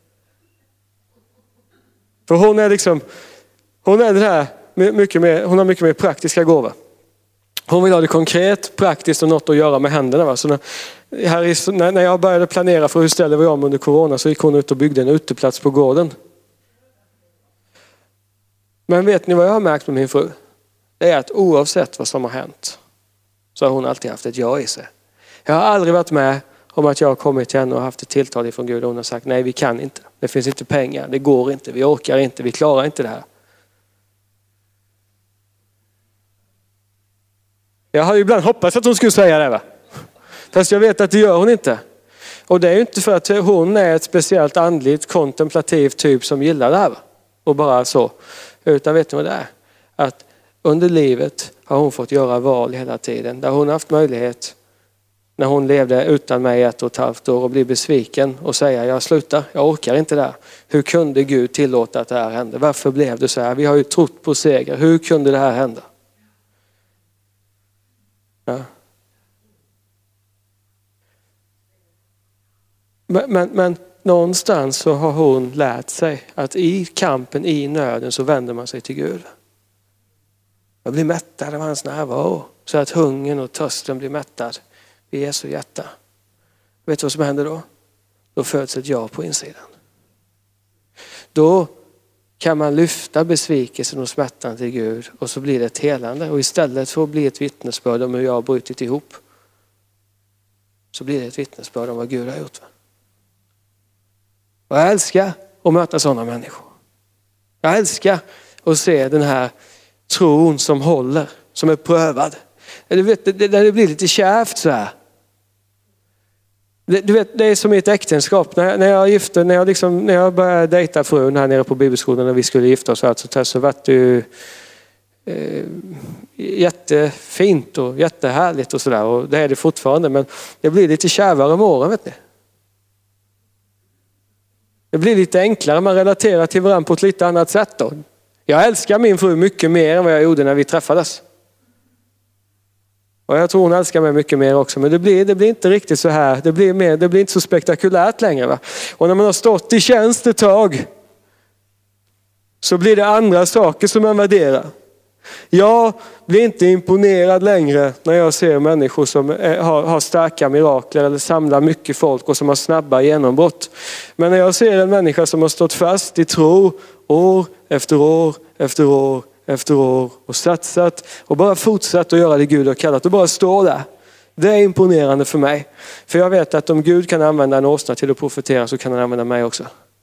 För hon är liksom, hon är den här hon har mycket mer praktiska gåvor. Hon vill ha det konkret, praktiskt och något att göra med händerna. Va? Så när jag började planera för hur ställer vi om under corona så gick hon ut och byggde en uteplats på gården. Men vet ni vad jag har märkt med min fru? Det är att oavsett vad som har hänt så har hon alltid haft ett ja i sig. Jag har aldrig varit med om att jag har kommit till henne och haft ett tilltal ifrån Gud och hon har sagt nej, vi kan inte. Det finns inte pengar, det går inte, vi orkar inte, vi klarar inte det här. Jag har ju ibland hoppats att hon skulle säga det, va? Fast jag vet att det gör hon inte. Och det är ju inte för att hon är ett speciellt andligt kontemplativt typ som gillar det här. Va? Och bara så. Utan vet ni vad det är? Att under livet har hon fått göra val hela tiden. Där hon har haft möjlighet när hon levde utan mig 1,5 år och bli besviken och säga jag slutar, jag orkar inte det här. Hur kunde Gud tillåta att det här hände? Varför blev det så här? Vi har ju trott på seger. Hur kunde det här hända? Ja. Men någonstans så har hon lärt sig att i kampen, i nöden så vänder man sig till Gud. Jag blir mättad av hans närvaro så att hungern och törsten blir mättad i Jesu hjärta. Vet du vad som händer då? Då föds ett ja på insidan. Då kan man lyfta besvikelsen och smärtan till Gud och så blir det ett helande. Och istället för att bli ett vittnesbörd om hur jag har brutit ihop så blir det ett vittnesbörd om vad Gud har gjort. Och jag älskar att möta sådana människor. Jag älskar att se den här tron som håller, som är prövad. Du vet, det blir lite kärvt så här. Du vet, det är som i ett äktenskap. När jag började dejta frun här nere på bibelskolan när vi skulle gifta oss så var det ju jättefint och jättehärligt och sådär. Och det är det fortfarande, men det blir lite kärvare med åren, vet ni. Det blir lite enklare, man relaterar till varandra på ett lite annat sätt då. Jag älskar min fru mycket mer än vad jag gjorde när vi träffades. Och jag tror hon älskar mig mycket mer också. Men det blir inte riktigt så här. Det blir inte så spektakulärt längre. Va? Och när man har stått i tjänst ett tag så blir det andra saker som man värderar. Jag blir inte imponerad längre när jag ser människor som har starka mirakler eller samlar mycket folk och som har snabba genombrott. Men när jag ser en människa som har stått fast i tro år efter år efter år efter år och satsat och bara fortsatt att göra det Gud har kallat och bara stå där. Det är imponerande för mig. För jag vet att om Gud kan använda en åsna till att profetera så kan han använda mig också.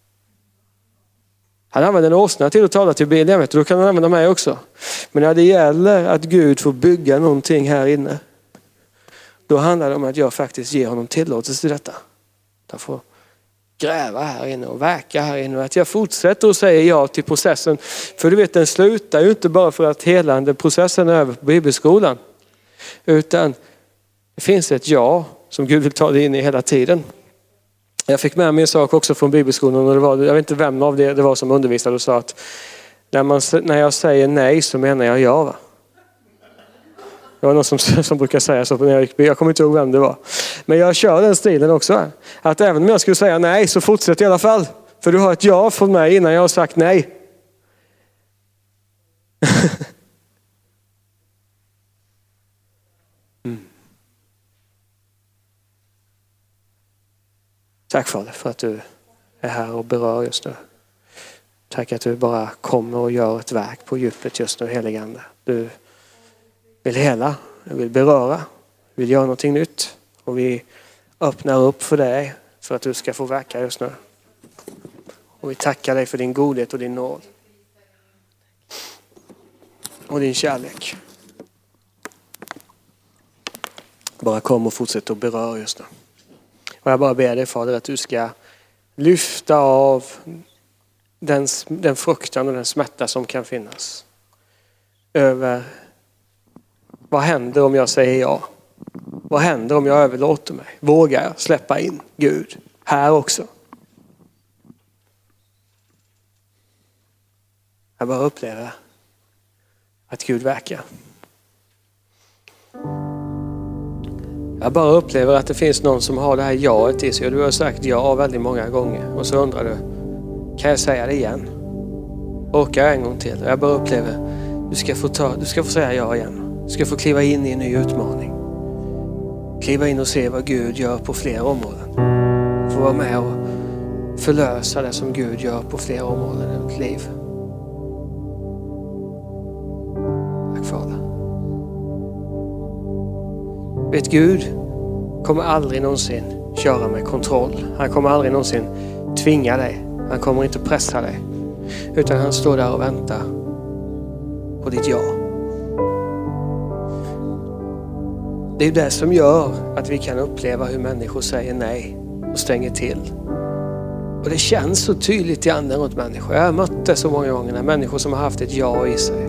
Han använder en åsna till att tala till Bileam, då kan han använda mig också. Men när det gäller att Gud får bygga någonting här inne, då handlar det om att jag faktiskt ger honom tillåtelse till detta. Jag får gräva här inne och verka här inne. Att jag fortsätter och säger ja till processen. För du vet, den slutar ju inte bara för att helande processen är över på bibelskolan. Utan det finns ett ja som Gud vill ta dig in i hela tiden. Jag fick med mig en sak också från bibelskolan. Och det var, jag vet inte vem av det var som undervisade och sa att när jag säger nej så menar jag ja, va? Det var någon som brukar säga så när jag gick. Jag kommer inte ihåg vem det var. Men jag kör den stilen också. Att även om jag skulle säga nej så fortsätter i alla fall. För du har ett ja från mig innan jag har sagt nej. Tack Fader för att du är här och berör just nu. Tack att du bara kommer och gör ett verk på djupet just nu, helige Ande. Du vill hela, du vill beröra, du vill göra någonting nytt. Och vi öppnar upp för dig för att du ska få verka just nu. Och vi tackar dig för din godhet och din nåd. Och din kärlek. Bara kom och fortsätt att beröra just nu. Och jag bara ber dig Fader att du ska lyfta av den fruktan och den smärta som kan finnas. Över vad händer om jag säger ja? Vad händer om jag överlåter mig? Vågar jag släppa in Gud här också? Jag bara upplever att Gud verkar. Jag bara upplever att det finns någon som har det här jaet i sig. Du har sagt ja väldigt många gånger. Och så undrar du, kan jag säga det igen? Orkar jag en gång till? Och jag bara upplever, du ska få säga ja igen. Du ska få kliva in i en ny utmaning. Kliva in och se vad Gud gör på flera områden. Få vara med och förlösa det som Gud gör på flera områden i ditt liv. Tack Fader. Vet Gud kommer aldrig någonsin köra med kontroll. Han kommer aldrig någonsin tvinga dig. Han kommer inte pressa dig. Utan han står där och väntar på ditt ja. Det är det som gör att vi kan uppleva hur människor säger nej och stänger till. Och det känns så tydligt i anden runt människor. Jag har mött det så många gånger när människor som har haft ett ja i sig.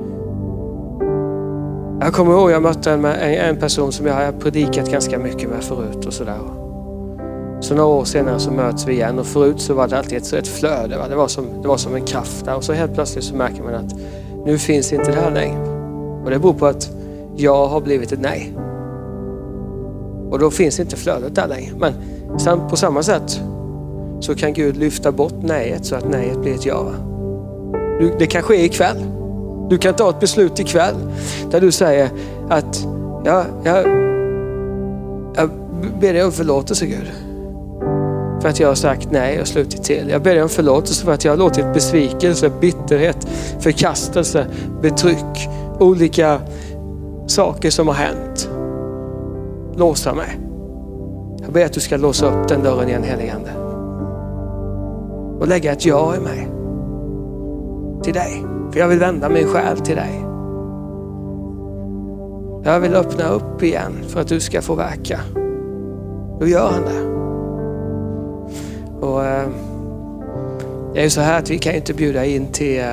Jag kommer ihåg, jag mötte en person som jag har predikat ganska mycket med förut och sådär. Så några år senare så möts vi igen och förut så var det alltid ett flöde. Va? Det var som en kraft där och så helt plötsligt så märker man att nu finns inte det här längre. Och det beror på att jag har blivit ett nej. Och då finns inte flödet där längre. Men på samma sätt så kan Gud lyfta bort nejet så att nejet blir ett ja. Det kan ske ikväll. Du kan ta ett beslut ikväll där du säger att jag ber dig om förlåtelse Gud. För att jag har sagt nej och slutit till. Jag ber dig om förlåtelse för att jag har låtit besvikelse, bitterhet, förkastelse, betryck, olika saker som har hänt låsa mig. Jag ber att du ska låsa upp den dörren igen, helige Ande. Och lägga ett ja i mig. Till dig. För jag vill vända min själ till dig. Jag vill öppna upp igen för att du ska få verka. Då gör han det. Och det är ju så här att vi kan inte bjuda in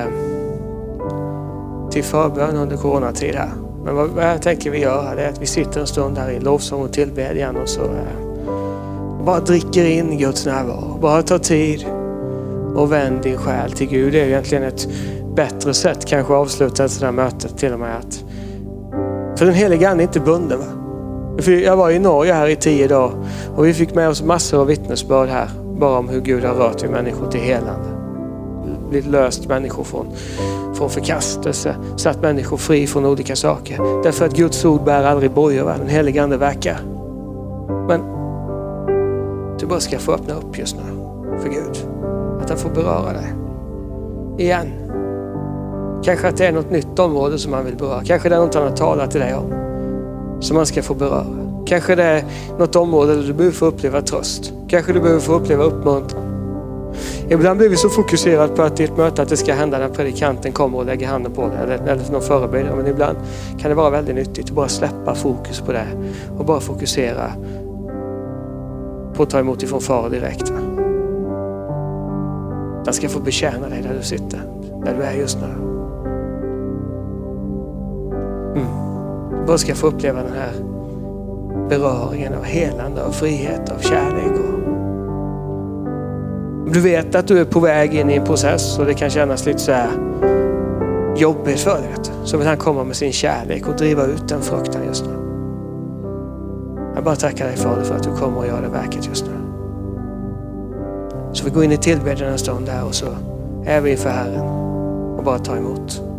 till förbön under coronatid här. Men vad jag tänker vi göra det är att vi sitter en stund här i lovsång och tillbedjan och så bara dricker in Guds närvaro. Bara ta tid och vänd din själ till Gud. Det är egentligen ett bättre sätt kanske att avsluta ett sådant här möte till och med att för den heliga Ande är inte bunden, va? För jag var i Norge här i 10 dagar och vi fick med oss massor av vittnesbörd här bara om hur Gud har rört vid människor till helande. Blivit löst människor från förkastelse, satt människor fri från olika saker. Därför att Guds ord bär aldrig bojor, va? Den heliga Ande verkar. Men du bara ska få öppna upp just nu för Gud. Att han får beröra dig. Igen. Kanske att det är något nytt område som man vill beröra. Kanske det är något han har talat till dig om. Som man ska få beröra. Kanske det är något område där du behöver få uppleva tröst. Kanske du behöver få uppleva uppmuntran. Ibland blir vi så fokuserade på att i ett möte att det ska hända när predikanten kommer och lägger handen på det. Eller någon förebedjare. Men ibland kan det vara väldigt nyttigt att bara släppa fokus på det. Och bara fokusera på att ta emot ifrån far direkt. Han ska få betjäna dig där du sitter, där du är just nu. Du bara ska få uppleva den här beröringen av helande, av frihet, av kärlek. Du vet att du är på väg in i en process och det kan kännas lite så här jobbigt för dig. Så vill han komma med sin kärlek och driva ut den fruktan just nu. Jag bara tackar dig Fader för att du kommer och gör det verket just nu. Så vi går in i tillbedjan en stund där och så är vi inför Herren och bara ta emot.